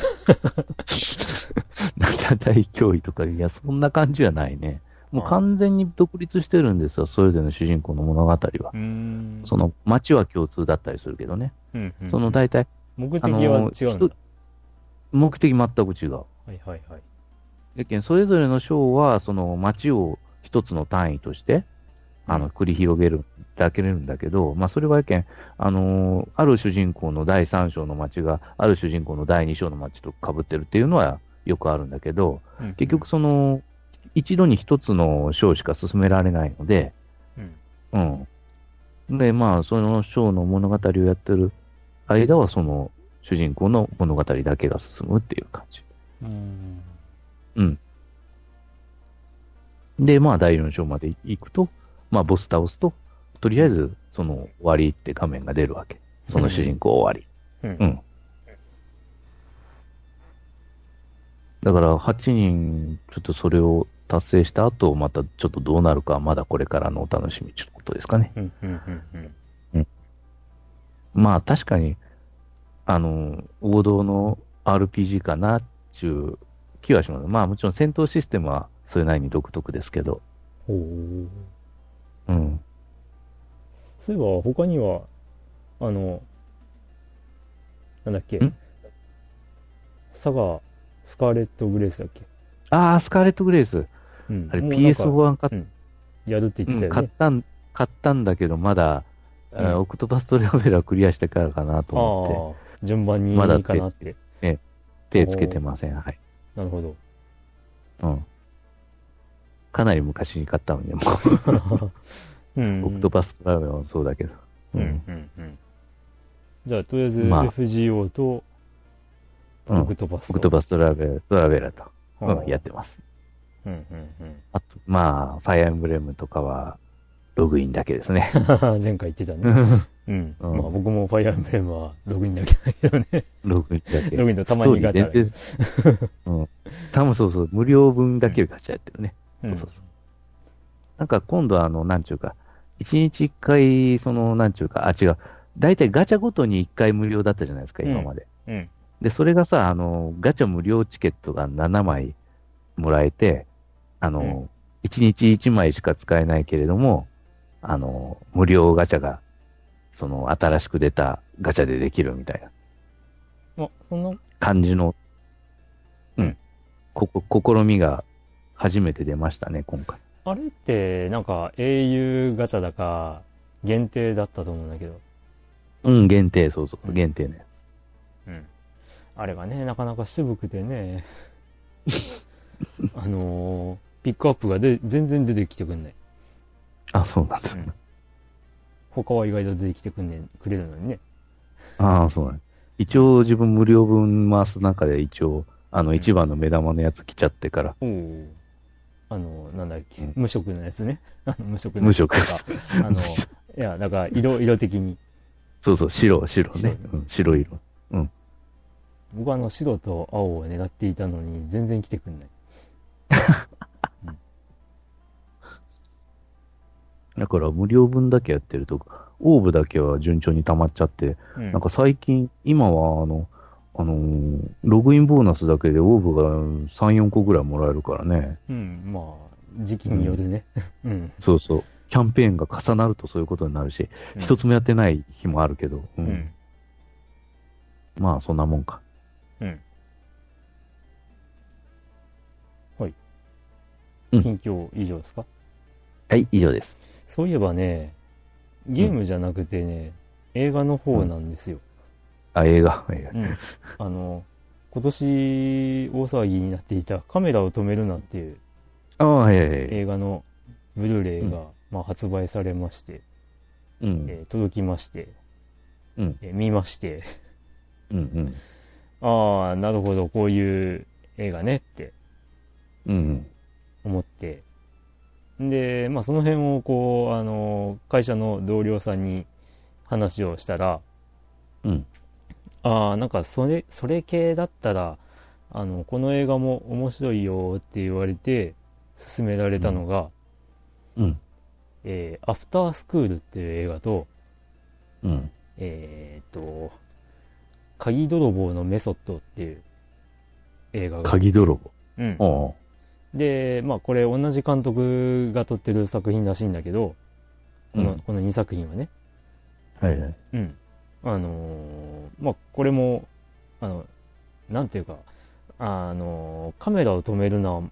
七大脅威とか、いや、そんな感じはないね。もう完全に独立してるんですよ、それぞれの主人公の物語は。 うーんその、街は共通だったりするけどね。 うんうんその大体、 目的あのは違うんだ。 人目的全く違う。 はいはいはい。 やけん、それぞれの章は、その街を一つの単位として、あの、 うん繰り広げるだけれるんだけど、まあ、それはやけん、あのーある主人公のだいさん章の街が、ある主人公のだいに章の街と被ってるっていうのはよくあるんだけど、 うんうん結局その、一度に一つの章しか進められないので、 うんうん。で、まあ、その章の物語をやってる間は、その主人公の物語だけが進むっていう感じ。 うーんうん。で、まあ、だいよん章まで行くと、まあ、ボス倒すと、とりあえず、その、終わりって画面が出るわけ。その主人公終わり。 うんうん。だから、はちにん、ちょっとそれを達成した後、またちょっとどうなるかは、まだこれからのお楽しみということですかね。 うんうんうんうんまあ、確かに、あの、王道の アールピージー かな、っちゅう気はします。まあ、もちろん戦闘システムは、それなりに独特ですけど。 ほう。 うん。 そういえば他にはあのなんだっけんサガスカーレット・グレースだっけ？ ああ、スカーレット・グレイス。 うんあれ、 もうなんかピーエスワン 買っうんやるって言うん、 ってたよね。 買ったん、買ったんだけど、まだ、あうんオクトパストラベラークリアしてからかなと思ああ順番にまだかなって。 って、手つけてません。はい。 なるほど。 うん。かなり昔に買ったので、もう、 うんオクトパストラベラーもそうだけど。 うんうんうんじゃあとりあえずまあエフジーオー とうんオクトパスと、 オクトパストラベラー、トラベラーと、 ああうん、やってます。 うんうんあと、まあ、ファイアーエンブレムとかは、ログインだけですね。 うん前回言ってたね。うん。 うんまあ僕もファイアーエンブレムはログインだけだけどね。 ログインだけ。 ログインとたまにガチャストーリー全然うん。多分そうそう、無料分だけガチャやってるね。 うんそうそうそう。なんか今度はあの、なんちゅうか、一日一回、その、なんちゅうか、あ、違う。だいたいガチャごとに一回無料だったじゃないですか、今まで。 うんで、それがさ、あの、ガチャ無料チケットがななまいもらえて、あの、 うんいちにちいちまいしか使えないけれども、あの、無料ガチャが、その、新しく出たガチャでできるみたいなあそんな感じの、うん、ここ、試みが初めて出ましたね、今回。 あれってなんか エーユー ガチャだか限定だったと思うんだけど、 うん、限定、そうそうそうう、 ん限定のやつ。 うん、あれがねなかなか渋くてねあのー、ピックアップがで全然出てきてくんない。 あ、そうなんだ。 うん他は意外と出てきてくんねんくれるのにね。 ああ、そうなんだ。 一応自分無料分回す中で一応、あの、 うん一番の目玉のやつ来ちゃってから。 おお。あの、なんだっけ、 うん無色のやつね。あの無色のやつとか。あの、いや、なんか、色、色的に。 そうそう、白、白ね。 白うん、白色。 僕はあの、白と青を狙っていたのに、全然来てくんない。 だから無料分だけやってると、オーブだけは順調に溜まっちゃって、 うん。 なんか最近、今はあの、あのーログインボーナスだけでオーブがさん、よんこぐらいもらえるからね。 うん、まあ、時期によるね。うん。 そうそう。キャンペーンが重なるとそういうことになるし、 うん一つもやってない日もあるけど、ううんん。 まあそんなもんか。 うん。はい。 うん近況以上ですか？ はい、以上です。 そういえばね、ゲームじゃなくてね、映画の方なんですよ。 あ、映画。映画うん。あの、今年大騒ぎになっていたカメラを止めるなっていうああ、はいはいはい。 映画のブルーレイが、 うんまあ、発売されまして、 うん。 えー届きまして、 うん。 えー見まして、 うん。 ああ、なるほど、こういう映画ねってうん。うん。 思って、で、まあその辺をこう、あの、会社の同僚さんに話をしたら、 うん。 ああ、なんかそれ、それ系だったら、あの、この映画も面白いよって言われて、勧められたのが、 うん。 えーアフタースクールっていう映画と、 うん。 えーっと、鍵泥棒のメソッドっていう映画が。 鍵泥棒。 うん。 ああ。 で、まあこれ同じ監督が撮ってる作品らしいんだけど、この、 うんこのにさく品はね。 はいはい。 うん。あのーまあこれも、あの、なんていうか、あのーカメラを止めるな、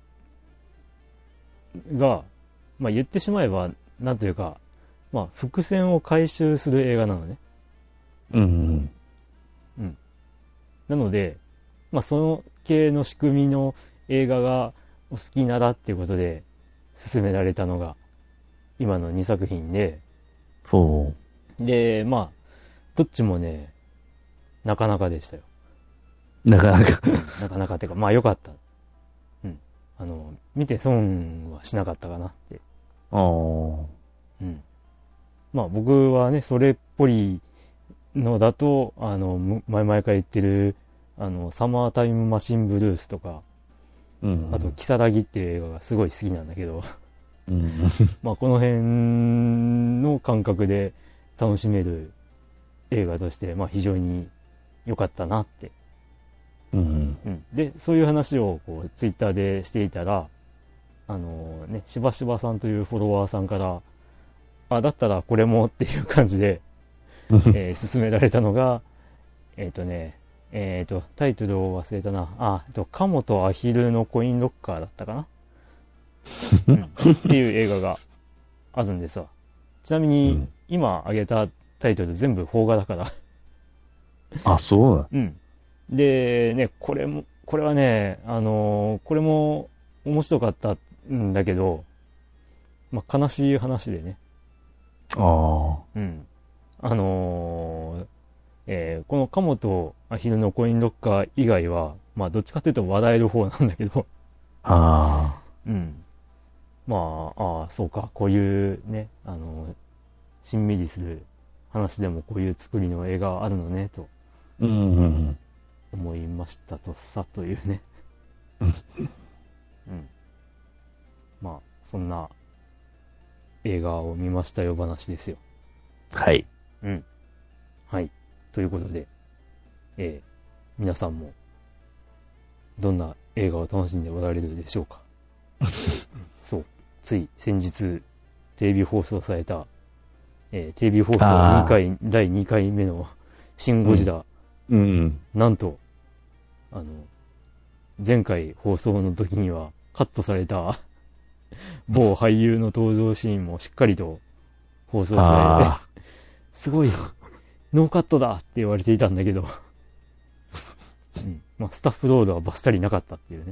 が、まあ言ってしまえば、なんというか、まあ伏線を回収する映画なのね。 うん。 なので、まあその系の仕組みの映画がお好きならっていうことで勧められたのが今のにさく品で、 そで、まあ、どっちもね、なかなかでしたよ。 う。なかなか。 なかなかっていうか、まあ良かった。うん。あの、見て損はしなかったかなって。 ああ。 うん。まあ僕はね、それっぽいのだと、あの、む前々から言ってる、あの、サマータイムマシンブルースとか、 うん。 あと、キサラギっていう映画がすごい好きなんだけど、 うん。 まあこの辺の感覚で楽しめる映画として、まあ非常に良かったなって。 うん。 うん。で、そういう話をこう、ツイッターでしていたら、あのね、しばしばさんというフォロワーさんから、あ、だったらこれもっていう感じで、えー勧められたのが、えっ、とね、えっ、と、タイトルを忘れたな。あ、えっと、カモとアヒルのコインロッカーだったかな、うん、っていう映画があるんですわ。ちなみに、 うん今挙げたタイトル全部邦画だから。 あ、そうだ。 うん。で、ね、これも、これはね、あのーこれも面白かったんだけど、まあ、悲しい話でね。 あうん。あのーえーこのカモとアヒルのコインロッカー以外は、まあ、どっちかっていうと笑える方なんだけど、 あ。あうん。まあ、ああ、そうか、こういうね、あの、しんみりする話でもこういう作りの映画あるのね、とあ。うん。うん。 思いましたとさ、というね。 うんうん。まあ、そんな映画を見ましたよ話ですよ。 はい。 うん。はい。ということで、えー皆さんも、どんな映画を楽しんでおられるでしょうか。そう。つい先日、テレビ放送された、えーテレビ放送あーにかい、だいにかいめのシン・ゴジラ、 うん。 なんと、あの、前回放送の時にはカットされた某俳優の登場シーンもしっかりと放送さあれ、すごい、ノーカットだって言われていたんだけど、うん、まあ、スタッフロールはバッサリなかったっていうね。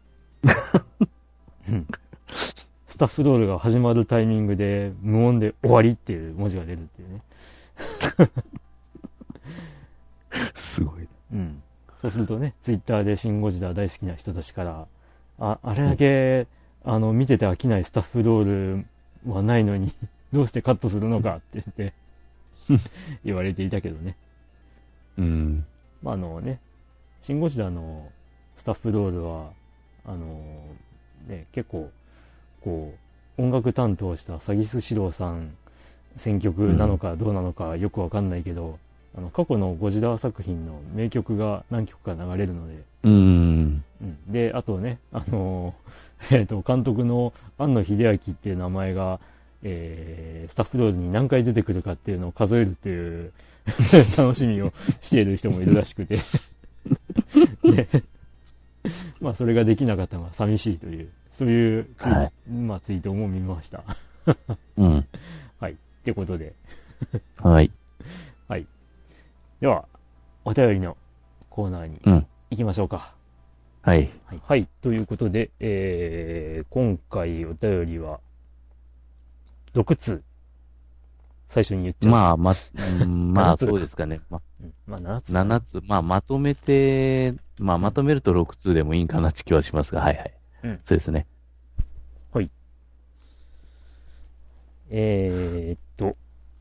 うんスタッフロールが始まるタイミングで無音で終わりっていう文字が出るっていうね。 すごい。 うん。そうするとね、ツイッターでシン・ゴジラ大好きな人たちから、あ、あれだけ、うん、あの、見てて飽きないスタッフロールはないのに、どうしてカットするのかって言って言われていたけどね。 うん。 まあ、あのね、シン・ゴジラのスタッフロールは、あの、ね、結構、こう、音楽担当したサギス・シローさん選曲なのかどうなのかよくわかんないけど、うん、あの過去のゴジラ作品の名曲が何曲か流れるので、 うん、 うん、であとね、あのー、えーと監督の庵野秀明っていう名前が、えー、スタッフロールに何回出てくるかっていうのを数えるっていう楽しみをしている人もいるらしくてで、まあそれができなかったのが寂しいというそういうツイ、はい、まあ、ツイートも見ましたうん。 はい。ってことで。 はい。 はい。では、お便りのコーナーに行きましょうか。 うん、はい、 はい。はい。ということで、えー、今回お便りは、ろくつう。最初に言っちゃう。 まあ、ま、うん、まあ、そうですかね。ま、 うん、まあ、ななつ。 ななつ。まあ、まとめて、まあ、まとめるとろくつうでもいいかなって気はしますが、はいはい。うん、そうですね。 はい。えーっと、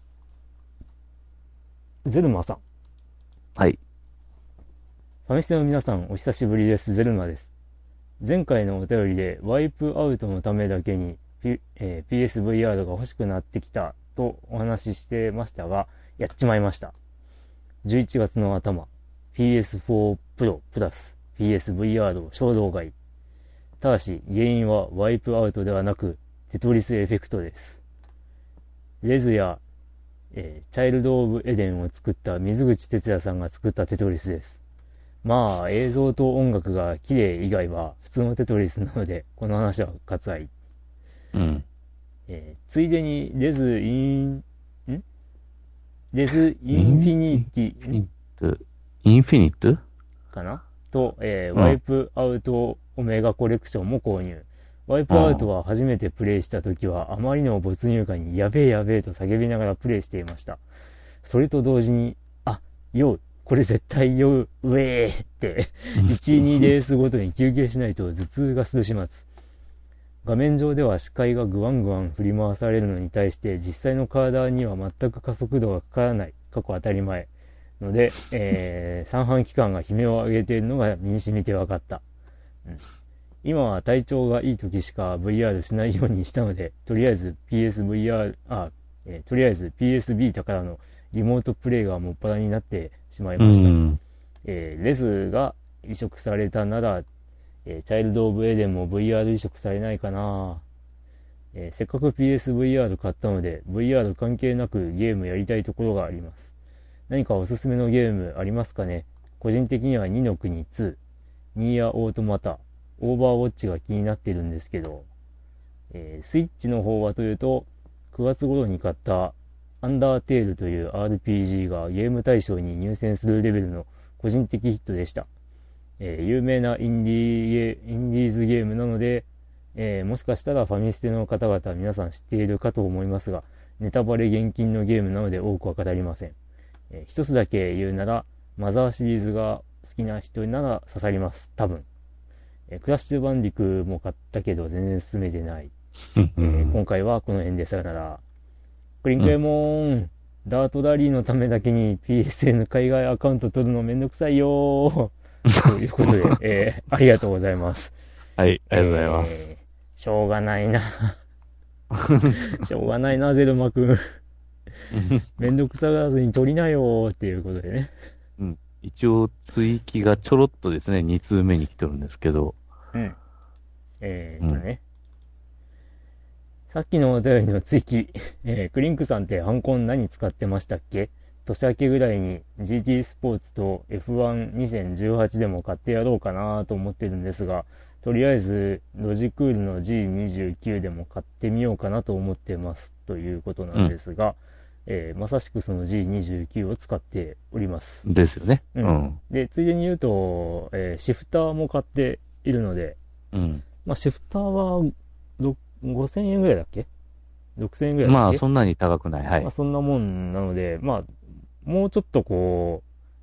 ゼルマさん。 はい。 ファミステの皆さん、お久しぶりです。ゼルマです。前回のお便りで、ワイプアウトのためだけに、P えー、ピーエスブイアール が欲しくなってきたとお話ししてましたが、やっちまいました。じゅういちがつの頭、ピーエスフォー Pro プラス ピーエスブイアール を衝動買い。ただし、原因はワイプアウトではなく、テトリスエフェクトです。レズや、えー、チャイルド・オブ・エデンを作った水口哲也さんが作ったテトリスです。まあ、映像と音楽が綺麗以外は普通のテトリスなので、この話は割愛。 うん。 えー、ついでに、レズ・イン、んレズ・インフィニティ、 インフィニットインフィニットかなと、えー、ワイプアウトオメガコレクションも購入。ワイプアウトは初めてプレイした時はあまりの没入感にやべえやべえと叫びながらプレイしていました。それと同時に、あ、酔う。これ絶対酔う。うえーって、いち、にレースごとに休憩しないと頭痛がする始末。画面上では視界がグワングワン振り回されるのに対して実際の体には全く加速度がかからない。過去当たり前。ので、えー、三半規管が悲鳴を上げているのが身に染みて分かった。うん、今は体調がいい時しか ブイアール しないようにしたので、とりあえず ピーエスブイアール、あ、えー、とりあえず ピーエスビー タからのリモートプレイがもっぱらになってしまいました。えー、レズが移植されたなら、えー、チャイルド・オブ・エデンも ブイアール 移植されないかな、えー、せっかく ピーエスブイアール 買ったので ブイアール 関係なくゲームやりたいところがあります。何かおすすめのゲームありますかね。個人的にはにの国ツー、ニーヤオートマタ、オーバーウォッチが気になっているんですけど、えー、スイッチの方はというと、くがつ頃に買ったアンダーテールという アールピージー がゲーム大賞に入選するレベルの個人的ヒットでした。えー、有名なインディーゲ、インディーズゲームなので、えー、もしかしたらファミステの方々は皆さん知っているかと思いますが、ネタバレ厳禁のゲームなので多くは語りません。えー、一つだけ言うなら、マザーシリーズが好きな人なら刺さります。多分。えー、クラッシュバンディクも買ったけど全然進めてない。えー、今回はこの辺でさよなら。クリンクエモーン、ダートラリーのためだけに ピーエスエヌ 海外アカウント取るのめんどくさいよー。ということで、えー、ありがとうございます。 はい、ありがとうございます。 えー、しょうがないな。しょうがないな、ゼルマくん。めんどくさがらずに取りなよーっていうことでね。 うん。一応、追記がちょろっとですね、に通目に来てるんですけど。 うん。えーっとね。うん、さっきのお便りの追記、えー、クリンクさんってハンコン何使ってましたっけ？年明けぐらいに ジーティー スポーツと エフワンにせんじゅうはち でも買ってやろうかなと思ってるんですが、とりあえずロジクールの ジーにじゅうきゅう でも買ってみようかなと思ってますということなんですが、うん、えー、まさしくその ジーにじゅうきゅう を使っております。 ですよね。 うん。うん、で、ついでに言うと、えー、シフターも買っているので、 うん。 まあ、シフターはごせんえんぐらいだっけ ?ろくせんえんぐらいだっけ。 まあ、そんなに高くない。はい。 まあ、そんなもんなので、まあ、もうちょっとこ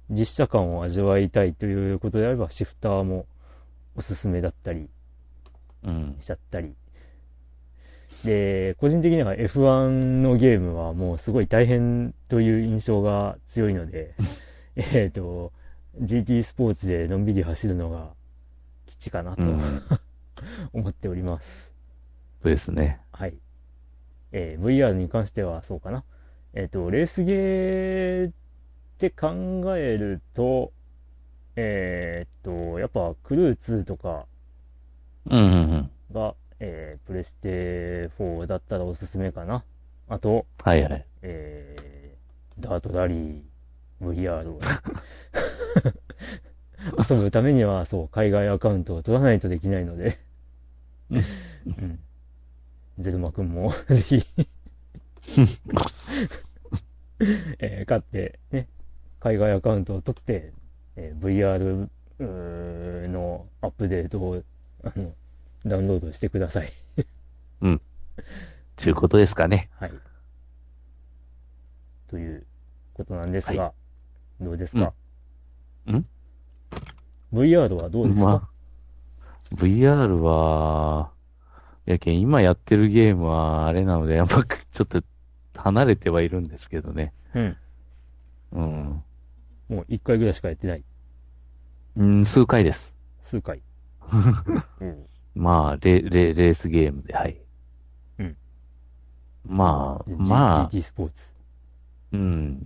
実写感を味わいたいということであれば、シフターもおすすめだったりうん。 しちゃったり。で、個人的には エフワン のゲームはもうすごい大変という印象が強いので、えっと、ジーティー スポーツでのんびり走るのが吉かなと、 うん。 思っております。 そうですね。 はい。えー ブイアール に関してはそうかな。えっと、レースゲーって考えると、えーっと、やっぱクルーツーとかうんうんうん。 が、えープレステフォーだったらおすすめかな。あと、 はいはい。 えー、ダートラリー ブイアール をね遊ぶためには、そう、海外アカウントを取らないとできないので、 うんうん。ゼルマくんもぜひえー買って、ね、海外アカウントを取って、えー ブイアール うーのアップデートを、あの、ダウンロードしてください。 うん。ということですかね。 はい。ということなんですが、 はどうですか、 うんんブイアール はどうですか、 まあ、ブイアール は、やけん、今やってるゲームは、あれなので、やっぱ、ちょっと、離れてはいるんですけどね。 うん。 うん。 もう一回ぐらいしかやってない。 うん、数回です。 数回。うん。 まあ、レ、レ、レースゲームで、はい。 うん。 まあ、 G- まあ、 ジーティー スポーツ。 うん、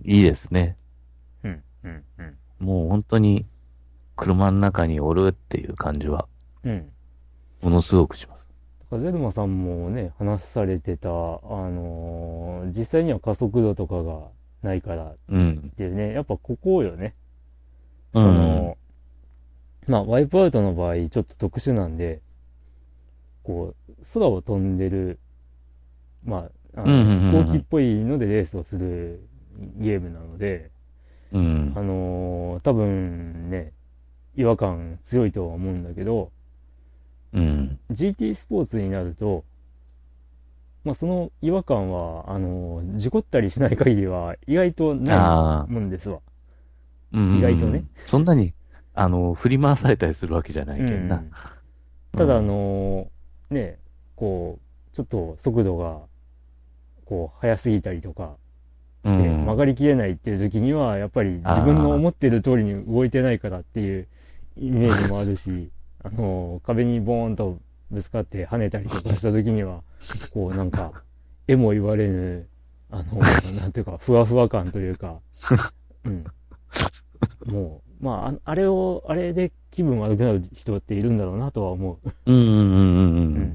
いいですね。 うん。うん。うん。 もう本当に、車の中におるっていう感じは、 うん。 ものすごくします。 ゼルマさんもね、話されてた、あのー実際には加速度とかがないからっうん。 ていうね、やっぱここよね。 うそん。 の、まあ、ワイプアウトの場合、ちょっと特殊なんで、こう、空を飛んでる、まあ、あうんうんの、 うんうん飛行機っぽいのでレースをするゲームなので、 うんあ。のー多分ね、違和感強いとは思うんだけど、 うん。 ジーティー スポーツになると、まあ、その違和感は、あのー事故ったりしない限りは意外となああ。 いもんですわ。 うん。 意外とね。 そんなに、あの、振り回されたりするわけじゃないけんな。 うん。ただ、あうんのーね、こう、ちょっと速度が、こう、速すぎたりとかして、 うん曲がりきれないっていう時には、やっぱり自分の思ってる通りに動いてないからっていうイメージもあるし、あのー壁にボーンとぶつかって跳ねたりとかした時には、こう、なんか、えも言われぬ、あのーなんていうか、ふわふわ感というか、うん。もう、まあ、ああれを、あれで気分悪くなる人っているんだろうなとは思う。 うんうんうんうんう。 うんん。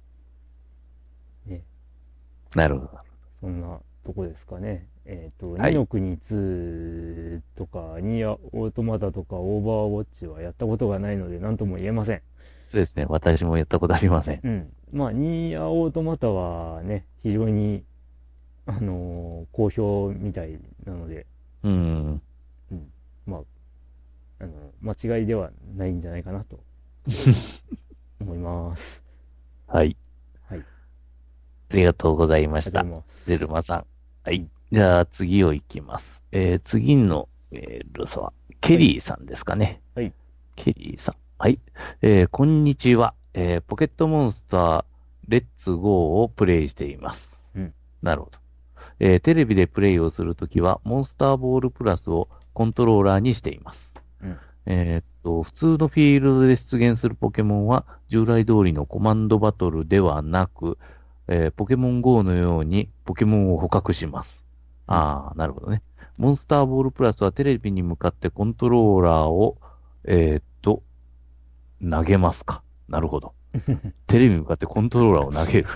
ね、 なるほど。 そんなとこですかね。えっ、と、 はいにの国ツーとか、ニアオートマタとか、オーバーウォッチはやったことがないので、なんとも言えません。 そうですね。私もやったことありません。 うん。まあ、ニアオートマタはね、非常に、あのー好評みたいなので、 うん。 うん。まあ、あの、間違いではないんじゃないかなと思います。 はい。 はい。 ありがとうございましたありがとう。ございます。 ゼルマさん。はい。じゃあ次をいきます。えー、次のメールは、ケリーさんですかね。 はい。 ケリーさん。はい。えー、こんにちは。えー、ポケットモンスター、レッツゴーをプレイしています。 うん。 なるほど。えー、テレビでプレイをするときは、モンスターボールプラスをコントローラーにしています。 うん。 えーっと、普通のフィールドで出現するポケモンは、従来通りのコマンドバトルではなく、えーポケモン ゴー のようにポケモンを捕獲します。ああ、なるほどね。モンスターボールプラスはテレビに向かってコントローラーを、えーっと、投げますか。なるほど。テレビに向かってコントローラーを投げる。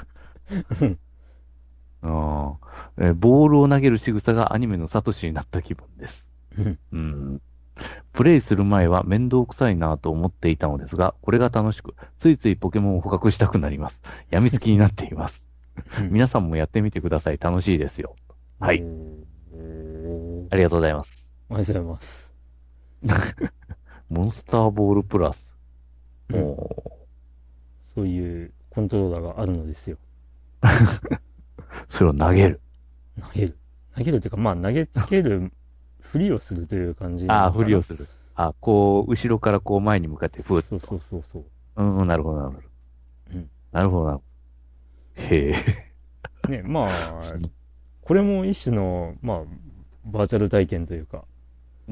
あーえーボールを投げる仕草がアニメのサトシになった気分です。 うんうんプレイする前は面倒くさいなと思っていたのですが、これが楽しく、ついついポケモンを捕獲したくなります。やみつきになっています。皆さんもやってみてください。楽しいですよ。はい。 おーありがとうございます。 ありがとうございます。 モンスターボールプラス。 うんもそういうコントローラーがあるのですよ。 う、それを投げる。 投げる。投げるっていうか、まあ投げつけるふりをするという感じなのかな。 ああ、ふりをする。あこう、後ろからこう前に向かってふーっと。 そうそうそうそう。 うん、なるほど、なるほど。 うん。 なるほど、なるほど。へえ。 ね、まあ、これも一種の、まあ、バーチャル体験というか、 うん。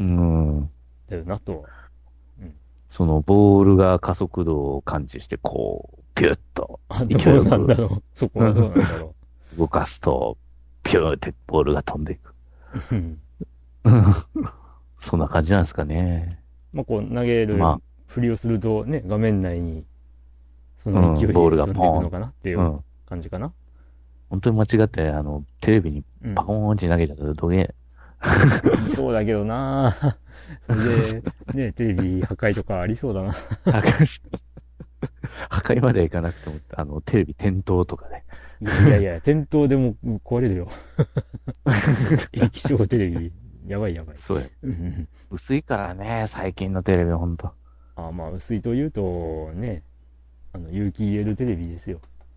だよなとは。 そのボールが加速度を感知して、こう、ピュッと、 あ、どうなんだろう。そこはどうなんだろ動かすと、ピューってボールが飛んでいく。 う。うんそんな感じなんですかね。 まあ、こう、投げるまふりをするとね、画面内に、そあ、 の勢いでうん、ボール飛んでいくがポーン。 のかなっていううん。 感じかな。 本当に間違って、あの、テレビにうん。 パコーンって投げちゃったらどげ、 いそうだけどなそれで、ね、テレビ破壊とかありそうだな。 破壊破壊まではいかなくても、あの、テレビ点灯とかね。 いやいやいや、店頭でも壊れるよ。液晶テレビ。やばいやばい。 そうや。 うん薄いからね、最近のテレビほんと。 あまあ、薄いと言うと、ね、あの、有機 イーエル テレビですよ。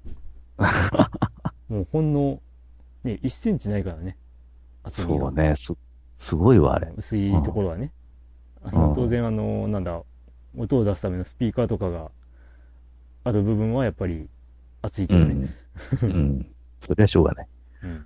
もうほんの、ね、いっセンチないからね。厚みが。 そうね、す、すごいわ、あれ。 薄いところはね。あの、 うん当然あの、なんだ、音を出すためのスピーカーとかがある部分はやっぱり厚いけどね。 うん。うん。それはしょうがない。 うん。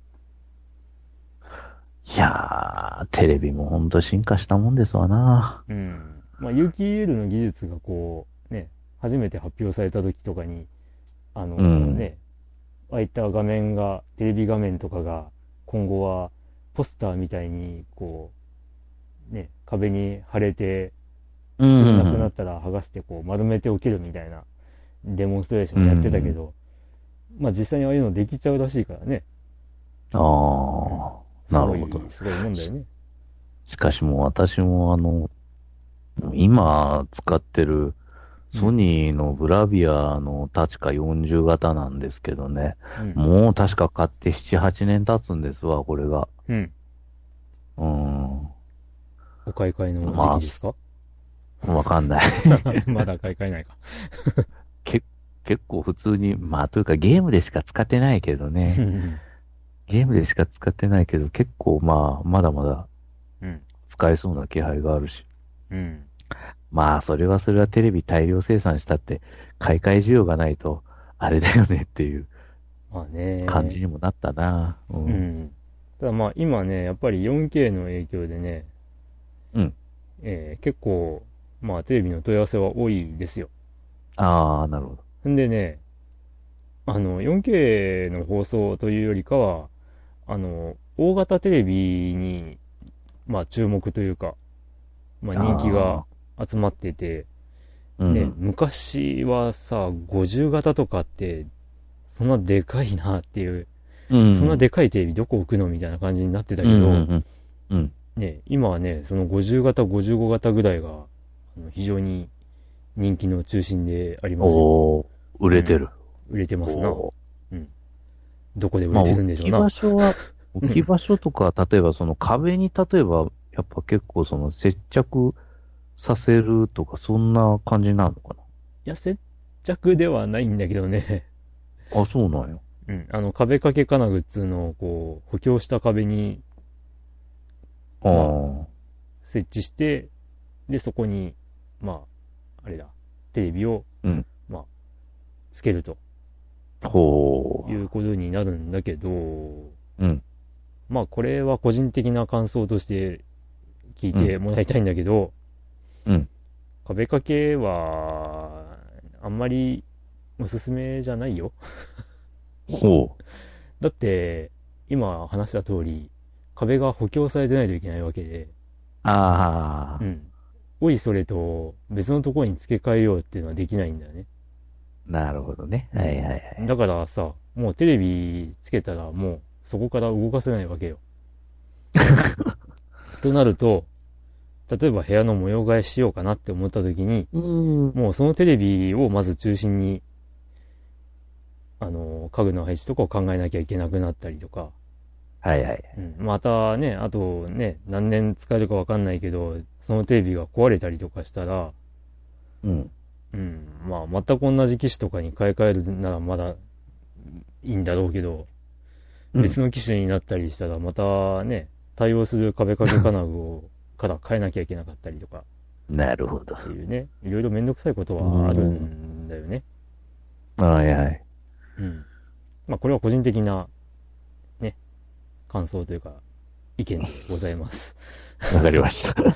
いやー、テレビもほんと進化したもんですわな。 うん。まあ、有機 イーエル の技術がこう、ね、初めて発表された時とかに、あのうんね、ああいった画面が、テレビ画面とかが、今後はポスターみたいに、こう、ね、壁に貼れて、 う必要なくなっん。 たら剥がしてこう丸めておけるみたいなデモンストレーションやってたけど、まあ実際にああいうのできちゃうらしいからね。 あー、 すごいなるほど。 すごいもんだよね。 しかしもう私もあの、今使ってるソニーのブラビアの確かよんじゅう型なんですけどね。 うん。 もう確か買ってなな、はちねん経つんですわ、これが。 うん。 うん。 お買い替えの時期ですか？ わかんない。 まだ買い替えないか。 け、結構普通に、まあというかゲームでしか使ってないけどね。ゲームでしか使ってないけど、結構まあ、まだまだうん。 使えそうな気配があるし。 うん。 まあ、それはそれはテレビ大量生産したって、買い替え需要がないと、あれだよねっていうまあね。 感じにもなったな。う。 うんん。ただまあ今ね、やっぱり よんケー の影響でね、 うん。 えー結構、まあテレビの問い合わせは多いですよ。 ああ、なるほど。 んでね、あの、よんケー の放送というよりかは、あの、大型テレビに、まあ注目というか、まあ人気が集まってて、 うん。 ね、昔はさ、ごじゅう型とかって、そんなでかいなっていう、 うん。 そんなでかいテレビどこ置くのみたいな感じになってたけど、 うんうんうん。うん。 ね、今はね、そのごじゅう型、ごじゅうご型ぐらいが、あの非常に人気の中心でありますよ。 おー、売れてる。 売れてますな。 おどこでーまあ、 売れてるんでしょうな。 置き場所は、置き場所とか、例えばその壁に、例えば、やっぱ結構その接着させるとか、そんな感じなのかいや、接着ではないんだけどね。 な。あ、そうなんや。 うん。あの、壁掛け金具っつうのを、こう、補強した壁にああ、 設置して、で、そこに、まあ、あれだ、テレビを、 うん。 まあ、つけるとほいうことになるんだけど、 う。うん。 まあ、これは個人的な感想として聞いてもらいたいんだけど、 うん。 壁掛けは、あんまりおすすめじゃないよ。 ほだって、今話した通り、壁が補強されてないといけないわけで、 う。ああ、 うん。おいそれと別のところに付け替えようっていうのはできないんだよね。 なるほどね。はいはいはい。 だからさ、もうテレビつけたらもうそこから動かせないわけよ。となると、例えば部屋の模様替えしようかなって思った時に、 うん。 もうそのテレビをまず中心に、あの、家具の配置とかを考えなきゃいけなくなったりとか、 はいはい。 うん、またね、あとね、何年使えるかわかんないけど、そのテレビが壊れたりとかしたら、 うん。 うん、まあ全く同じ機種とかに買い替えるならまだいいんだろうけど、別の機種になったりしたらまたね、 対応する壁掛け金具をから変えなきゃいけなかったりとかなるほど。 っていうね、いろいろめんどくさいことはあるんだよね。 はいはい。 うん。まあこれは個人的なね、感想というか意見でございます。 わかりました。 はい。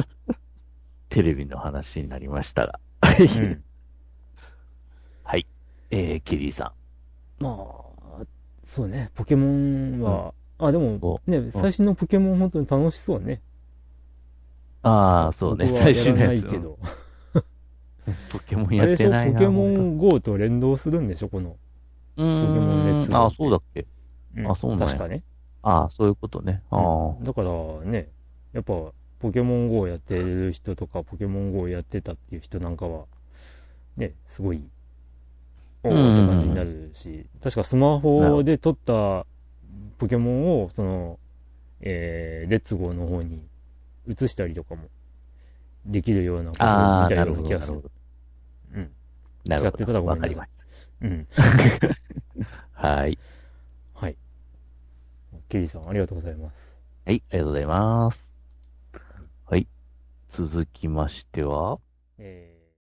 テレビの話になりましたが。 うん。 はい。えー、キリーさまあ、そうね、ポケモンん。うん。 は、あ、でもお、 ね、 うん。 最新のポケモン本当に楽しそうね。 ああ、 まあそうね。 僕は最やらな新のやつ。うん。 いけど。 ポケモンあれでしょ、 やってないな、 ポケモほんと。 ン ゴー と連動するんでしょ、このうポケモンレッーん。あ、 ツゴーって。 そうだっけ。あ、 うん、 そうなんや。 確かね。 ああ、そういうことね。あうん。 あ。 だからね、やっぱ、ポケモン ゴー やってる人とか、ポケモン ゴー やってたっていう人なんかは、ね、すごい、 うおーって感じになん。 るし、確かスマなるほど。 ホで撮ったポケモンを、その、えー、レッツゴーの方に移したりとかもできるようなことを見ああ、 たよなるほど、 うな気がする。 なるほど。 うん。 なるほど。 違ってたらごめんなさい。 わかりましうん。 た。はい。 はい。ケリーさん、ありがとうございます。 はい、ありがとうございます。 はい。 はい。続きましては、 えー